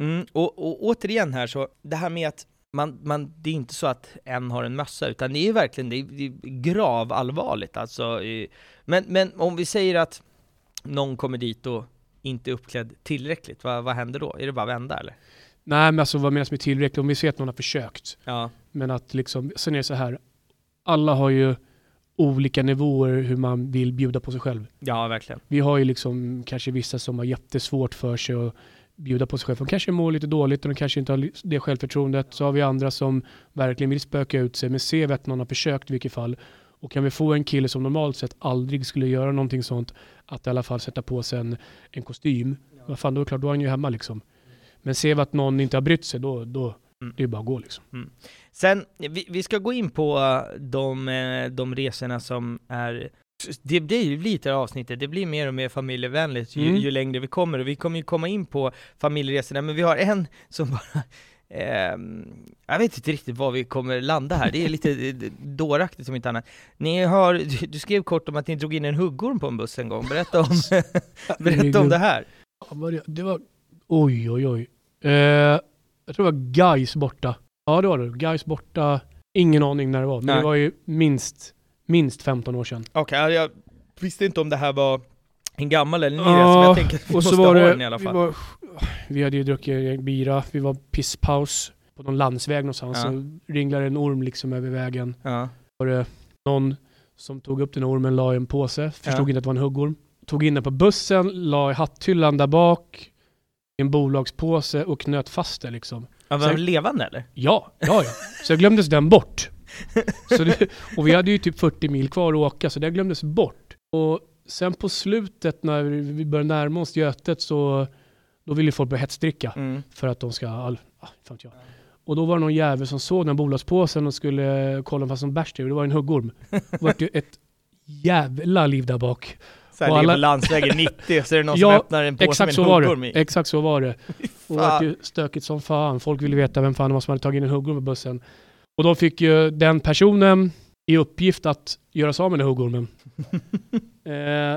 Speaker 1: Och återigen här, så det här med att det är inte så att en har en mössa, utan det är verkligen det är grav allvarligt alltså. Men om vi säger att någon kommer dit och inte är uppklädd tillräckligt, vad händer då? Är det bara vända eller? Nej,
Speaker 3: men alltså vad menas med tillräckligt? Om vi ser att någon har försökt.
Speaker 1: Ja.
Speaker 3: Men att liksom, sen är det så här, alla har ju olika nivåer hur man vill bjuda på sig själv.
Speaker 1: Ja, verkligen.
Speaker 3: Vi har ju liksom kanske vissa som har jättesvårt för sig att bjuda på sig själv. De kanske mår lite dåligt och de kanske inte har det självförtroendet. Så har vi andra som verkligen vill spöka ut sig, men ser att någon har försökt i vilket fall. Och kan vi få en kille som normalt sett aldrig skulle göra någonting sånt, att i alla fall sätta på sig en kostym. Vad fan, då är det klart, då är han ju hemma liksom. Men ser vi att någon inte har brytt sig, då det är bara att gå liksom.
Speaker 1: Sen, vi ska gå in på de resorna som är... Det blir ju lite avsnittet, det blir mer och mer familjevänligt ju längre vi kommer. Och vi kommer ju komma in på familjeresorna, men vi har en som bara... jag vet inte riktigt var vi kommer landa här. Det är lite dåraktigt som inte annat. Du skrev kort om att ni drog in en huggorm på en buss en gång. Berätta om det här.
Speaker 3: Det var... Oj. Jag tror det var Gais borta. Ja, det var det. Gais borta. Ingen aning när det var. Men det var ju minst 15 år sedan.
Speaker 1: Okej, jag visste inte om det här var en gammal eller ny resa, men jag tänker att vi måste ha den i alla fall.
Speaker 3: Vi hade ju druckit bira. Vi var pisspaus på någon landsväg någonstans. Så ringlade en orm liksom över vägen. Ja. Var det någon som tog upp den ormen, la i en påse. Förstod inte att det var en huggorm. Tog in den på bussen, la i hatthyllan där bak. I en bolagspåse och knöt fast det liksom.
Speaker 1: Ja, var den levande eller?
Speaker 3: Ja. Så jag glömdes den bort. Och vi hade ju typ 40 mil kvar att åka, så det glömdes bort. Och sen på slutet när vi började närma oss Götet, så då ville folk börja hetsdricka för att de ska Och då var det någon jävel som såg den bolagspåsen och skulle kolla fast som bärs. Det var en huggorm. Det var ett jävla liv där bak.
Speaker 1: Så här på landsvägen 90, så är det någon som öppnar en påse med en huggorm i.
Speaker 3: Exakt så var det. Och det var ju stökigt som fan. Folk ville veta vem fan det var som hade tagit in en huggorm på bussen. Och då fick ju den personen i uppgift att göra sig av med den huggormen.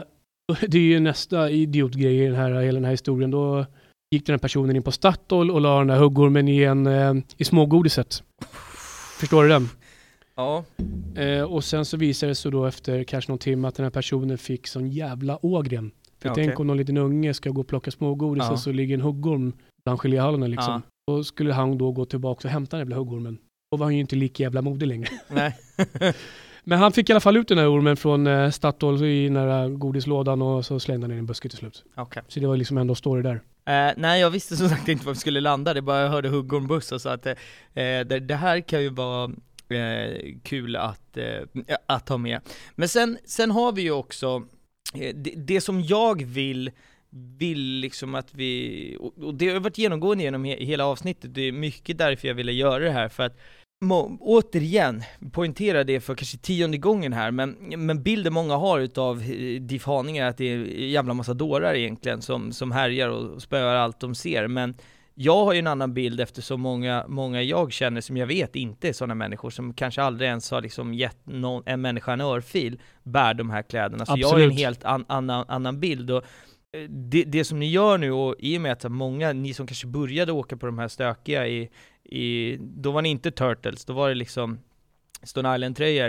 Speaker 3: Det är ju nästa idiotgrej i hela den här historien. Då gick den här personen in på Statoil och la den där huggormen i smågodiset. Förstår du den?
Speaker 1: Ja.
Speaker 3: Och sen så visade det sig då efter kanske någon timme att den här personen fick sån jävla ågren. För tänk om någon liten unge ska gå och plocka smågodis och så ligger en huggorm bland geléhallarna liksom. Då skulle han då gå tillbaka och hämta den jävla huggormen. Då var han ju inte lika jävla modig längre.
Speaker 1: Nej.
Speaker 3: Men han fick i alla fall ut den här ormen från Statoil i nära godislådan och så slängde han ner i en buske till slut.
Speaker 1: Okay.
Speaker 3: Så det var liksom ändå story där.
Speaker 1: Nej, jag visste som sagt inte var vi skulle landa. Det bara jag hörde huggormbuss och så att det här kan ju vara kul att ha med. Men sen har vi ju också det som jag vill liksom att vi, och det har varit genomgående genom hela avsnittet, det är mycket därför jag ville göra det här, för att återigen poängtera det för kanske 10:e gången här, men bilden många har utav DIF Haninge är att det är en jävla massa dårar egentligen som härjar och spöar allt de ser, men jag har ju en annan bild eftersom många jag känner som jag vet inte är sådana människor som kanske aldrig ens har liksom gett en människa en örfil bär de här kläderna. Så absolut. Jag har en helt annan bild, och det som ni gör nu, och i och med att många, ni som kanske började åka på de här stökiga då var ni inte Turtles, då var det liksom Stone Island-tröjor,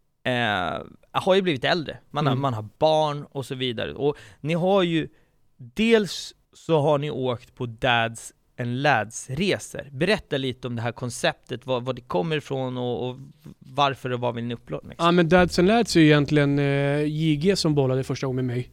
Speaker 1: har ju blivit äldre. Man har barn och så vidare. Och ni har ju, dels så har ni åkt på Dads and Lads resor. Berätta lite om det här konceptet, vad det kommer ifrån och varför och vad vill ni uppnå?
Speaker 3: Ja, men Dads and Lads är ju egentligen JG som bollade första gången med mig.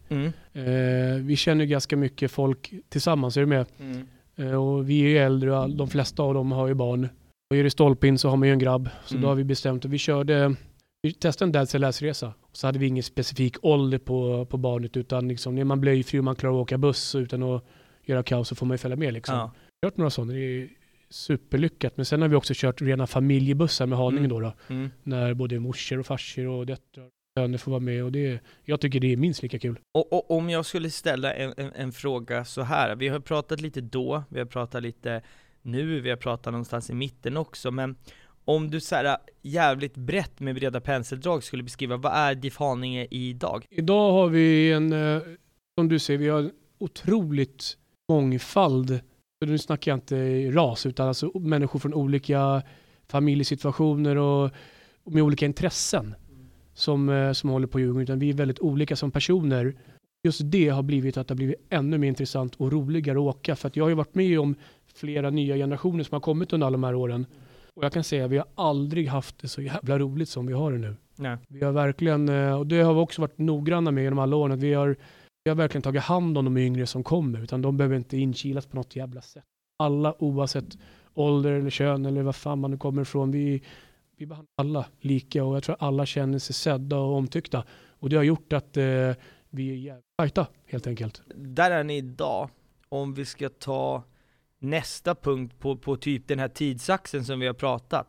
Speaker 3: Vi känner ganska mycket folk tillsammans, är du med? Och vi är ju äldre och de flesta av dem har ju barn. Och är det stolpin så har man ju en grabb. Så då har vi bestämt att vi testade en Dads and Lads-resa. Så hade vi ingen specifik ålder på barnet, utan liksom, när man blöjfri och man klarar att åka buss utan att göra kaos så får man ju följa med liksom. Vi har kört några sådana, det är superlyckat. Men sen har vi också kört rena familjebussar med Haninge då. När både morsor och farsor och döttrar och söner får vara med, och jag tycker det är minst lika kul.
Speaker 1: Och om jag skulle ställa en fråga så här, vi har pratat lite då, vi har pratat lite nu, vi har pratat någonstans i mitten också, men om du så här jävligt brett med breda penseldrag skulle beskriva, vad är DIF Haninge idag?
Speaker 3: Idag har vi som du ser, vi har otroligt mångfald. Nu snackar jag inte ras, utan alltså människor från olika familjesituationer och med olika intressen som håller på Djurgården, utan vi är väldigt olika som personer. Just det har blivit att det har blivit ännu mer intressant och roligare att åka, för att jag har ju varit med om flera nya generationer som har kommit under alla de här åren. Och jag kan säga att vi har aldrig haft det så jävla roligt som vi har det nu.
Speaker 1: Nej.
Speaker 3: Vi har verkligen, och det har vi också varit noggranna med genom alla åren, att vi har verkligen tagit hand om de yngre som kommer, utan de behöver inte inkilas på något jävla sätt. Alla, oavsett ålder eller kön eller vad fan man nu kommer ifrån, vi behandlar alla lika, och jag tror att alla känner sig sedda och omtyckta. Och det har gjort att vi är jävligt tajta, helt enkelt.
Speaker 1: Där är ni idag. Om vi ska ta nästa punkt på typ den här tidsaxeln som vi har pratat,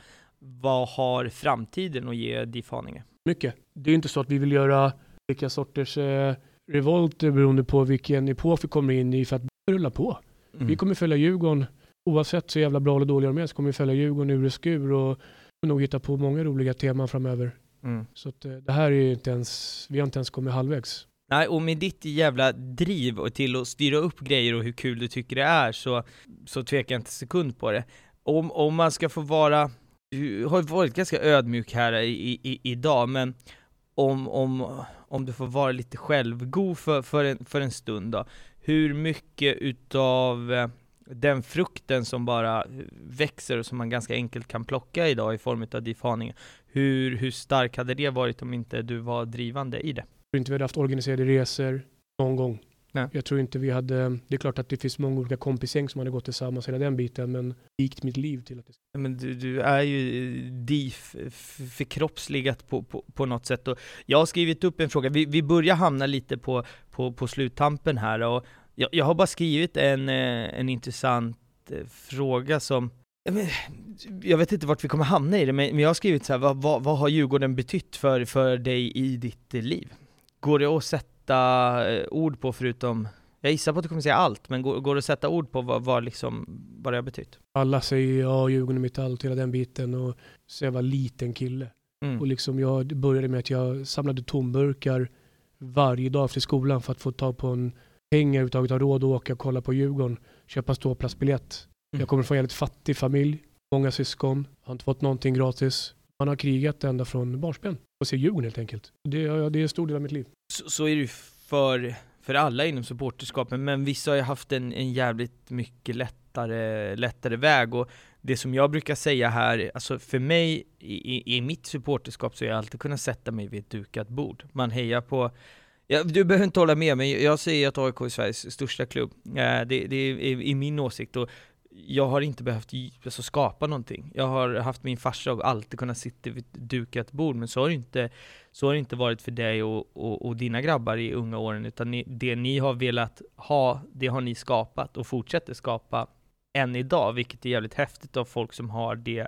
Speaker 1: vad har framtiden att ge DIF Haninge?
Speaker 3: Mycket. Det är inte så att vi vill göra vilka sorters revolter beroende på vilken epok vi kommer in i, för att rulla på. Vi kommer följa Djurgården, oavsett så jävla bra eller dåliga de är, så kommer vi följa Djurgården ur och skur och nog hitta på många roliga teman framöver. Så att, det här är inte ens, vi har inte ens kommit halvvägs.
Speaker 1: Nej, och med ditt jävla driv och till att styra upp grejer och hur kul du tycker det är, så tvekar jag inte en sekund på det. Om man ska få vara, du har varit ganska ödmjuk här idag, men om du får vara lite självgod för en stund då, hur mycket utav den frukten som bara växer och som man ganska enkelt kan plocka idag i form av DIF Haninge, hur stark hade det varit om inte du var drivande i det?
Speaker 3: Jag tror inte vi hade haft organiserade resor någon gång.
Speaker 1: Nej.
Speaker 3: Jag tror inte vi hade, det är klart att det finns många olika kompisgäng som hade gått tillsammans hela den biten, men gick mitt liv till att det.
Speaker 1: Men du är ju DIF förkroppsligat på något sätt, och jag har skrivit upp en fråga, vi börjar hamna lite på sluttampen här, och jag har bara skrivit en intressant fråga som, jag vet inte vart vi kommer hamna i det, men jag har skrivit så här, vad har Djurgården betytt för dig i ditt liv? Går det att sätta ord på, förutom, jag gissar på att du kommer säga allt, men går det att sätta ord på vad det har betytt?
Speaker 3: Alla säger ja, Djurgården är mitt allt, hela den biten, och så jag var liten kille. Och liksom jag började med att jag samlade tomburkar varje dag efter skolan för att få tag på en pengar uttaget av råd att åka och kolla på Djurgården, köpa ståplatsbiljett. Jag kommer från en väldigt fattig familj, många syskon, har inte fått någonting gratis. Man har krigat ända från barnsben och ser Djurgården helt enkelt. Det är en stor del av mitt liv.
Speaker 1: Så är det ju för alla inom supporterskapen, men vissa har ju haft en jävligt mycket lättare väg, och det som jag brukar säga här, alltså för mig i mitt supporterskap så har jag alltid kunnat sätta mig vid ett dukat bord. Man hejar på, du behöver inte hålla med, men jag säger att AIK är Sveriges största klubb. Det är i min åsikt, och jag har inte behövt skapa någonting. Jag har haft min farsa och alltid kunnat sitta vid ett dukat bord, men så har det inte varit för dig och dina grabbar i unga åren, utan det ni har velat ha, det har ni skapat och fortsätter skapa än idag, vilket är jävligt häftigt av folk som har det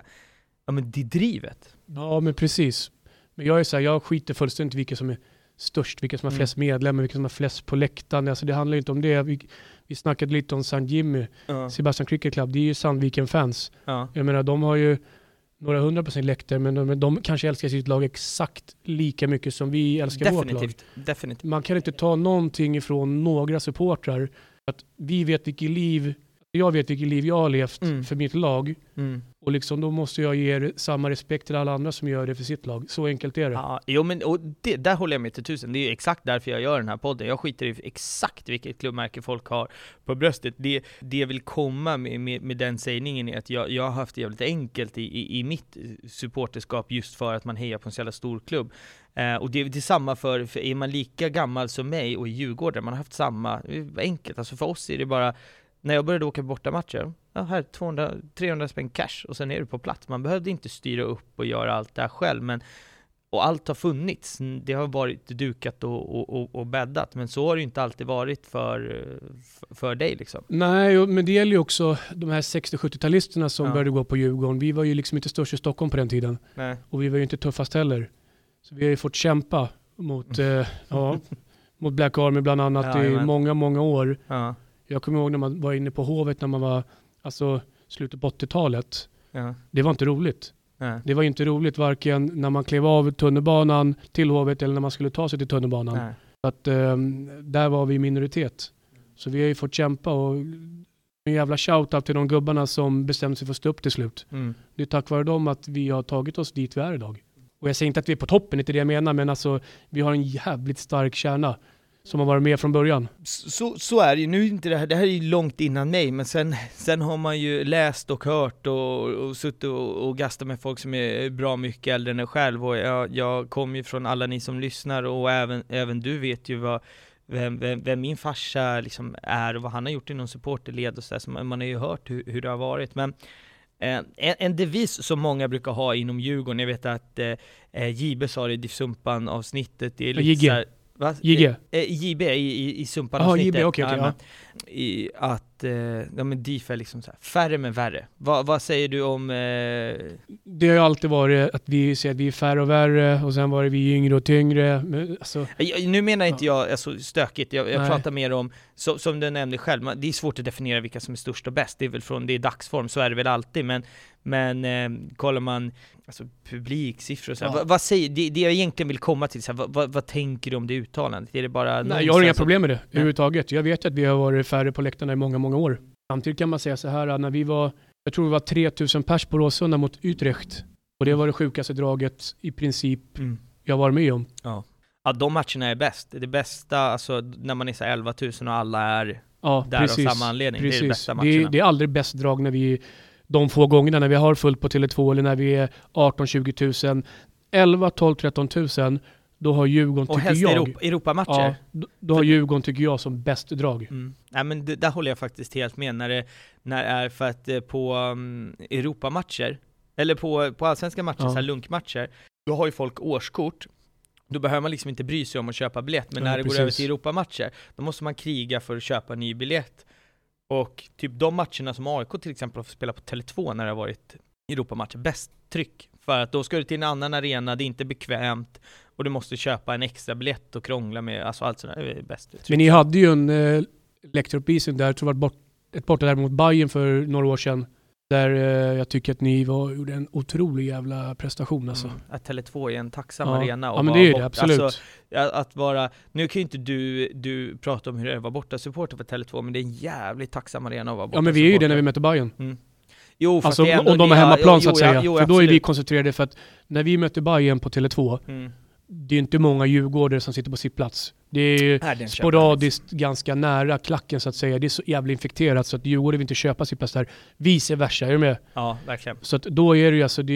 Speaker 1: drivet. Ja,
Speaker 3: men precis. Men jag är så här, jag skiter fullständigt vilka som är störst, vilka som har flest medlemmar, vilka som har flest på läktaren. Alltså det handlar ju inte om det. Vi snackade lite om St. Jimmy, Sebastian Cricket Club, det är ju Sandviken-fans. Jag menar, de har ju några 100% läktare, men de kanske älskar sitt lag exakt lika mycket som vi älskar vårt lag.
Speaker 1: Definitivt.
Speaker 3: Man kan inte ta någonting ifrån några supportrar. Att vi vet vilket liv, jag vet vilket liv jag har levt för mitt lag. Och liksom då måste jag ge samma respekt till alla andra som gör det för sitt lag. Så enkelt är det.
Speaker 1: Ja, men och där håller jag med till 1000. Det är exakt därför jag gör den här podden. Jag skiter i exakt vilket klubbmärke folk har på bröstet. Det jag vill komma med den sägningen är att jag har haft det jävligt enkelt i mitt supporterskap, just för att man hejar på en så jävla stor klubb. Och det är samma för är man lika gammal som mig och i Djurgården, man har haft samma, enkelt. Alltså för oss är det bara, när jag började åka borta matcher, här 300 spänn cash och sen är du på plats. Man behövde inte styra upp och göra allt det här själv, och allt har funnits. Det har varit dukat och bäddat, men så har det inte alltid varit för dig liksom.
Speaker 3: Nej, men det gäller ju också de här 60-70-talisterna som började gå på Djurgården. Vi var ju liksom inte störst i Stockholm på den tiden. Nej. Och vi var ju inte tuffast heller. Så vi har ju fått kämpa mot mot Black Army bland annat i många år. Ja. Jag kommer ihåg när man var inne på Hovet när man var slutet på 80-talet. Ja. Det var inte roligt. Ja. Det var inte roligt varken när man klev av tunnelbanan till Hovet eller när man skulle ta sig till tunnelbanan. Ja. Att där var vi minoritet. Så vi har ju fått kämpa, och en jävla shoutout till de gubbarna som bestämde sig för att stå upp till slut. Det är tack vare dem att vi har tagit oss dit vi är idag. Och jag säger inte att vi är på toppen, inte det jag menar, men alltså vi har en jävligt stark kärna som har varit med från början.
Speaker 1: Så är det ju. Nu inte det här är ju långt innan mig, men sen har man ju läst och hört och suttit och gastat med folk som är bra mycket äldre än en själv, och jag kommer ju från alla ni som lyssnar, och även du vet ju vem min farsa liksom är och vad han har gjort inom supporterled och så man har ju hört hur det har varit. Men en devis som många brukar ha inom Djurgården, jag vet att JB sa det i Diffsumpan avsnittet, det är lite så här, JB i Sumpan-avsnittet.
Speaker 3: JB, okay, ja.
Speaker 1: Att DIF är liksom så här, färre men värre. Vad säger du om...
Speaker 3: Det har ju alltid varit att vi säger att vi är färre och värre, och sen var det vi yngre och tyngre. Men, alltså,
Speaker 1: nu menar inte jag stökigt. Jag pratar mer om, som du nämnde själv, det är svårt att definiera vilka som är störst och bäst. Det är väl det är dagsform, så är det väl alltid. Men kollar man publiksiffror och så här, vad säger det jag egentligen vill komma till, så här, vad tänker du om det uttalandet? Är det bara
Speaker 3: Nej, jag har inga problem med det överhuvudtaget. Jag vet att vi har varit färre på läktarna i många år. Samtidigt kan man säga så här, när jag tror vi var 3000 pers på Råsunda mot Utrecht, och det var det sjukaste draget i princip jag var med om.
Speaker 1: Ja, de matcherna är bäst. Det bästa, alltså när man är så 11 000 och alla är där
Speaker 3: precis,
Speaker 1: av samma anledning.
Speaker 3: Precis.
Speaker 1: Det är det bästa matcherna.
Speaker 3: Det är aldrig bäst drag när vi, de få gångerna när vi har fullt på Tele2 eller när vi är 18-20 000, 11, 12, 13 000, då har Djurgården,
Speaker 1: och
Speaker 3: tycker jag...
Speaker 1: Europamatcher.
Speaker 3: Ja, då har Djurgården, tycker jag, som bäst drag.
Speaker 1: Nej, men där håller jag faktiskt helt med. När det är för att på Europamatcher, eller på allsvenska matcher, så här lunkmatcher, då har ju folk årskort. Då behöver man liksom inte bry sig om att köpa biljett. Men när det går över till Europamatcher, då måste man kriga för att köpa en ny biljett. Och typ de matcherna som AIK till exempel har fått spela på Tele2 när det har varit Europamatcher, bäst tryck. För att då ska du till en annan arena, det är inte bekvämt, och du måste köpa en extra biljett och krångla med, alltså allt sådär är bäst tryck.
Speaker 3: Men ni hade ju en läktare på isen där, jag tror det var ett borta där mot Bayern för några år sedan, Där jag tycker att ni gjorde en otrolig jävla prestation. Alltså.
Speaker 1: Att Tele2 är en tacksam arena. Och
Speaker 3: men det är det, absolut.
Speaker 1: Alltså, att vara, nu kan ju inte du prata om hur det är att vara borta supporter för Tele2, men det är en jävligt tacksam arena att vara borta.
Speaker 3: Ja, men vi är ju det när vi möter Bayern.
Speaker 1: Jo,
Speaker 3: alltså om de är hemmaplan så att säga. För då är vi koncentrerade, för att när vi möter Bayern på Tele2, det är inte många djurgårdare som sitter på sitt plats. Det är sporadiskt ganska nära klacken så att säga. Det är så jävla infekterat så att Djurgården vill inte köpa sitt plats där. Vice versa, är du med?
Speaker 1: Ja, verkligen.
Speaker 3: Så att då är det ju alltså,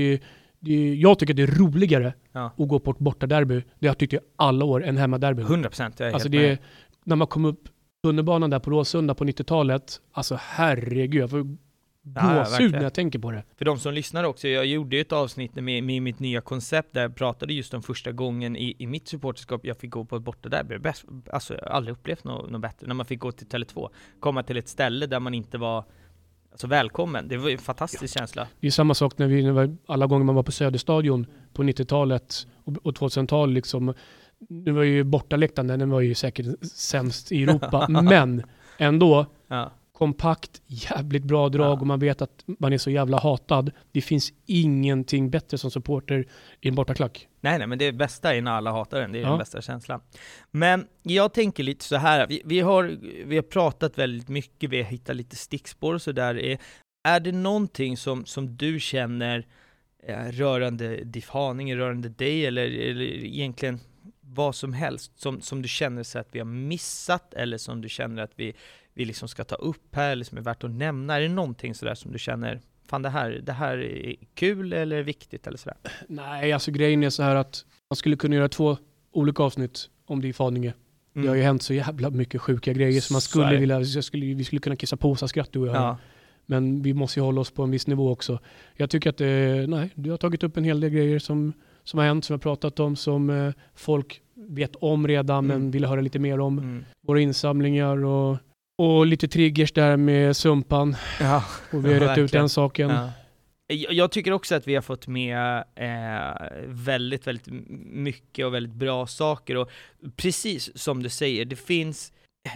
Speaker 3: jag tycker att det är roligare att gå på ett borta derby. Det har jag tyckt i alla år än hemmaderby.
Speaker 1: 100%, jag är
Speaker 3: alltså
Speaker 1: helt
Speaker 3: det
Speaker 1: med.
Speaker 3: När man kom upp tunnelbanan där på Råsunda på 90-talet, alltså herregud, jag får gåshud när jag tänker på det.
Speaker 1: För de som lyssnar också, jag gjorde ett avsnitt med mitt nya koncept där jag pratade just om första gången i mitt supporterskap jag fick gå på ett borta derby. Alltså jag har aldrig upplevt något bättre när man fick gå till Tele2. Komma till ett ställe där man inte var alltså välkommen. Det var en fantastisk känsla.
Speaker 3: Det är samma sak när alla gånger man var på Söderstadion på 90-talet och 2000-talet liksom. Nu var ju bortaläktaren, den var ju säkert sämst i Europa, men ändå kompakt, jävligt bra drag och man vet att man är så jävla hatad. Det finns ingenting bättre som supporter i en bortaklack.
Speaker 1: Nej, men det bästa är när alla hatar den. Det är den bästa känslan. Men jag tänker lite så här. Vi har pratat väldigt mycket. Vi har hittat lite stickspår och så där. Är det någonting som du känner rörande Diff Haninge, rörande dig eller egentligen vad som helst som du känner så att vi har missat eller som du känner att vi liksom ska ta upp här eller som är värt att nämna? Är det någonting sådär som du känner, fan det här är kul eller viktigt eller sådär? Nej,
Speaker 3: alltså grejen är så här att man skulle kunna göra 2 olika avsnitt om Diff Haninge. Det har ju hänt så jävla mycket sjuka grejer som man skulle vilja, vi skulle kunna kissa på oss skratt du och jag. Ja. Men vi måste ju hålla oss på en viss nivå också. Jag tycker att du har tagit upp en hel del grejer som har hänt, som jag pratat om, som folk vet om redan men vill höra lite mer om. Våra insamlingar och lite triggers där med Sumpan. Ja, och vi har rätt ut den saken. Ja.
Speaker 1: Jag tycker också att vi har fått med väldigt, väldigt mycket och väldigt bra saker. Och precis som du säger, det finns...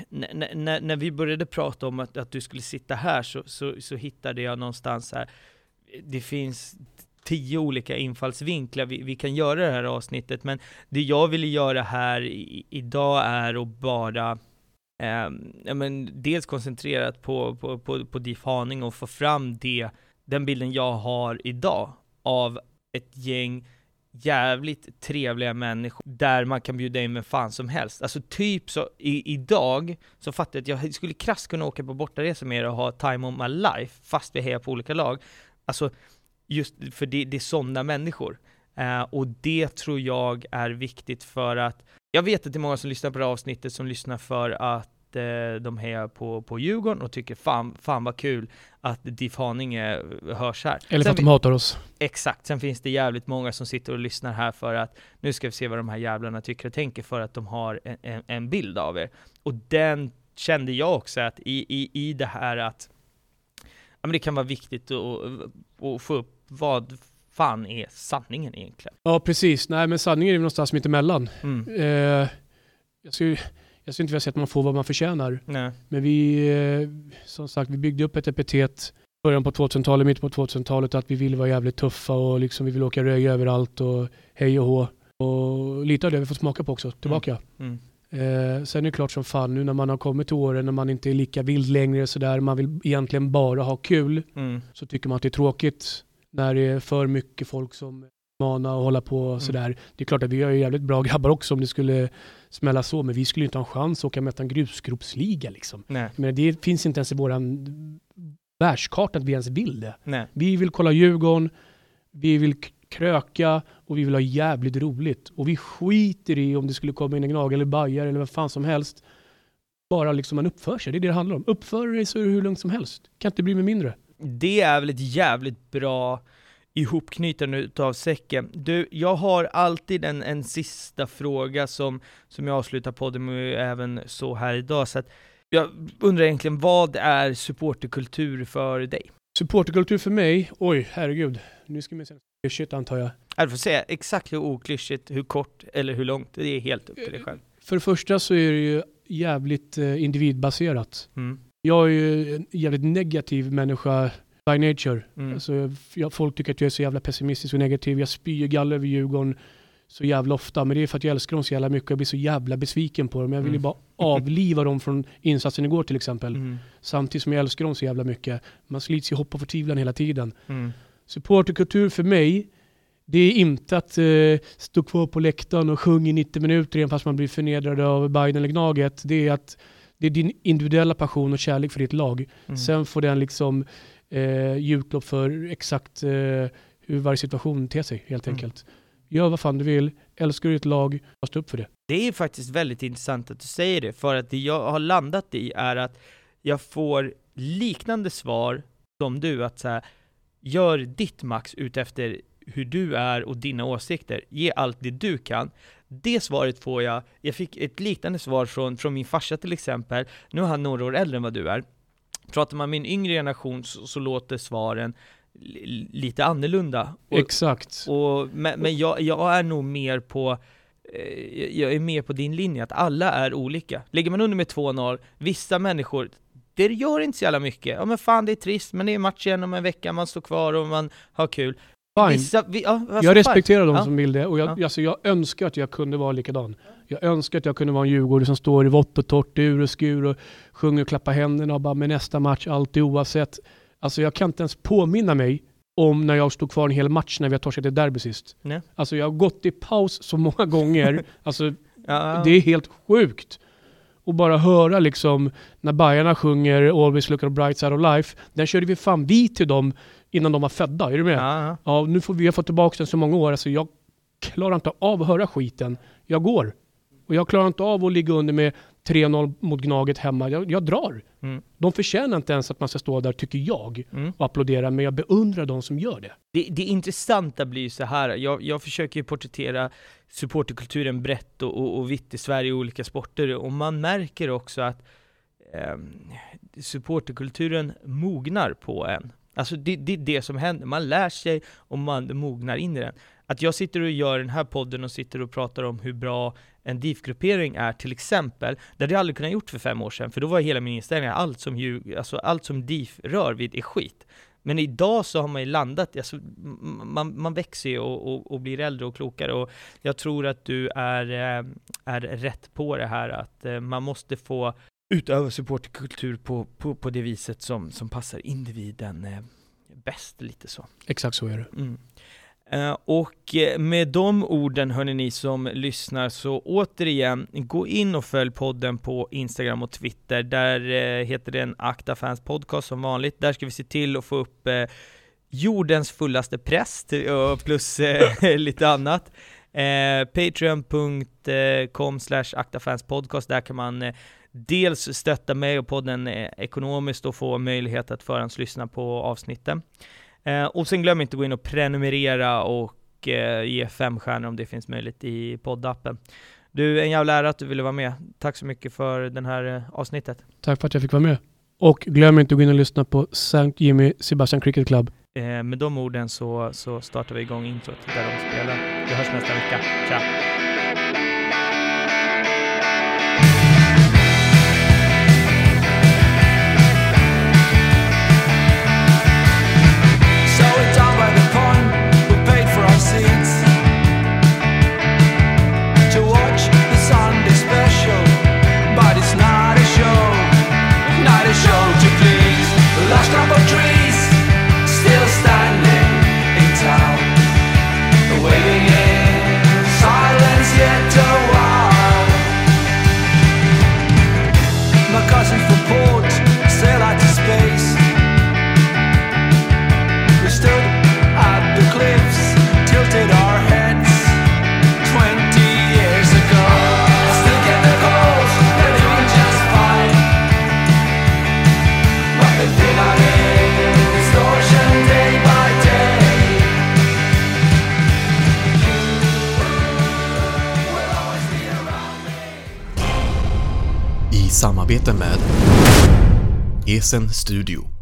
Speaker 1: När vi började prata om att du skulle sitta här så hittade jag någonstans här. Det finns 10 olika infallsvinklar vi kan göra det här avsnittet. Men det jag ville göra här idag är att bara... dels koncentrerat på Diff Haninge och få fram den bilden jag har idag av ett gäng jävligt trevliga människor där man kan bjuda in med fan som helst. Alltså typ så idag så fattar jag att jag skulle krasst kunna åka på bortaresa med och ha time of my life fast vi hejar på olika lag. Alltså just för det är sådana människor. Och det tror jag är viktigt för att jag vet att det är många som lyssnar på det här avsnittet som lyssnar för att de hejar på Djurgården och tycker fan vad kul att Diff Haninge hörs här.
Speaker 3: Eller för att de hatar oss.
Speaker 1: Exakt, sen finns det jävligt många som sitter och lyssnar här för att nu ska vi se vad de här jävlarna tycker och tänker för att de har en bild av er. Och den kände jag också att i det här att men det kan vara viktigt att få upp vad fan är sanningen egentligen.
Speaker 3: Ja, precis. Nej, men sanningen är någonstans mitt emellan. Jag skulle inte vilja säga att man får vad man förtjänar. Nej. Men som sagt, vi byggde upp ett epitet början på 2000-talet, mitt på 2000-talet att vi ville vara jävligt tuffa och liksom vi vill åka röja överallt och hej och hå. Och lite av det vi får smaka på också, tillbaka. Sen är det klart som fan nu när man har kommit till åren, när man inte är lika vild längre så där, man vill egentligen bara ha kul, så tycker man att det är tråkigt när det är för mycket folk som mana och hålla på och sådär. Det är klart att vi har ju jävligt bra grabbar också om det skulle smälla så, men vi skulle inte ha en chans att åka med en grusgropsliga liksom. Men det finns inte ens i våran världskarta att vi ens vill det. Nej. Vi vill kolla Djurgården, vi vill kröka och vi vill ha jävligt roligt. Och vi skiter i om det skulle komma in en gnag eller bajar eller vad fan som helst. Bara liksom man uppför sig, det är det handlar om. Uppför dig så är det hur lugnt som helst. Kan inte bli med mindre.
Speaker 1: Det är väl ett jävligt bra ihopknytande utav säcken. Du, jag har alltid en sista fråga som jag avslutar podden med även så här idag. Så att jag undrar egentligen, vad är supporterkultur för dig?
Speaker 3: Supporterkultur för mig? Oj, herregud. Nu ska vi se. Shit, antar jag.
Speaker 1: Jag får säga exakt hur oklyschigt, hur kort eller hur långt. Det är helt upp till dig själv.
Speaker 3: För det första så är det ju jävligt individbaserat. Jag är ju en jävligt negativ människa by nature. Alltså, folk tycker att jag är så jävla pessimistisk och negativ. Jag spyr gall över Djurgården så jävla ofta. Men det är för att jag älskar dem så jävla mycket. Jag blir så jävla besviken på dem. Jag vill ju bara avliva dem från insatsen igår till exempel. Samtidigt som jag älskar dem så jävla mycket. Man slits ju hopp och förtvivlan hela tiden. Supporterkultur för mig, det är inte att stå kvar på läktaren och sjunga i 90 minuter igen fast man blir förnedrad av Bayern eller Gnaget. Det är din individuella passion och kärlek för ditt lag. Sen får den liksom utlopp för exakt hur varje situation ter sig helt enkelt. Gör vad fan du vill, älskar du ditt lag, stå upp för det.
Speaker 1: Det är faktiskt väldigt intressant att du säger det, för att det jag har landat i är att jag får liknande svar som du, att så här, gör ditt max ut efter hur du är och dina åsikter. Ge allt det du kan. Det svaret får jag. Jag fick ett liknande svar från min farsa till exempel. Nu är han några år äldre än vad du är. Pratar man med en yngre generation så låter svaren lite annorlunda.
Speaker 3: Exakt.
Speaker 1: Men jag är nog mer på jag är mer på din linje, att alla är olika. Ligger man under med 2-0, vissa människor, det gör inte så jävla mycket. Ja men fan, det är trist, men det är match igen om en vecka, man står kvar och man har kul. Jag
Speaker 3: respekterar dem som vill det, och jag önskar att jag kunde vara likadan. Jag önskar att jag kunde vara en djurgårdare som står i vått och torrt, ur och skur och sjunger och klappar händerna och bara med nästa match, alltid oavsett. Alltså jag kan inte ens påminna mig om när jag stod kvar en hel match när vi har torskat ett derby sist. Nej. Alltså jag har gått i paus så många gånger. Alltså det är helt sjukt. Och bara höra liksom när Bajarna sjunger Always Look at the Bright Side of Life. Den körde vi fan till dem innan de var födda. Är du med? Ja, nu får vi fått tillbaka den så många år. Alltså jag klarar inte av att höra skiten. Jag går. Och jag klarar inte av att ligga under med 3-0 mot Gnaget hemma. Jag drar. De förtjänar inte ens att man ska stå där, tycker jag, och applådera. Men jag beundrar de som gör det.
Speaker 1: Det intressanta blir ju så här. Jag försöker ju porträttera supporterkulturen brett och vitt i Sverige i olika sporter. Och man märker också att supporterkulturen mognar på en. Alltså det är det som händer. Man lär sig och man mognar in i den. Att jag sitter och gör den här podden och sitter och pratar om hur bra en DIF-gruppering är till exempel, det hade jag aldrig kunnat gjort för 5 år sedan, för då var hela min inställning allt som DIF rör vid är skit. Men idag så har man ju landat, alltså, man växer ju och blir äldre och klokare, och jag tror att du är rätt på det här, att man måste få utöva supportkultur på det viset som passar individen bäst, lite så.
Speaker 3: Exakt så är det.
Speaker 1: Och med de orden, hörni, ni som lyssnar, så återigen, gå in och följ podden på Instagram och Twitter. Där heter den Akta Fans Podcast som vanligt. Där ska vi se till att få upp jordens fullaste präst plus lite annat. Patreon.com/aktafanspodcast. Där kan man dels stötta mig och podden ekonomiskt och få möjlighet att förhandslyssna på avsnitten. Och sen glöm inte att gå in och prenumerera och ge 5 stjärnor om det finns möjligt i poddappen. Du, en jävla ära att du ville vara med. Tack så mycket för den här avsnittet.
Speaker 3: Tack för att jag fick vara med. Och glöm inte att gå in och lyssna på St. Jimmy Sebastian Cricket Club.
Speaker 1: Med de orden så startar vi igång introt där de spelar. Vi hörs nästa vecka. Tja!
Speaker 4: Samarbete med Esen Studio.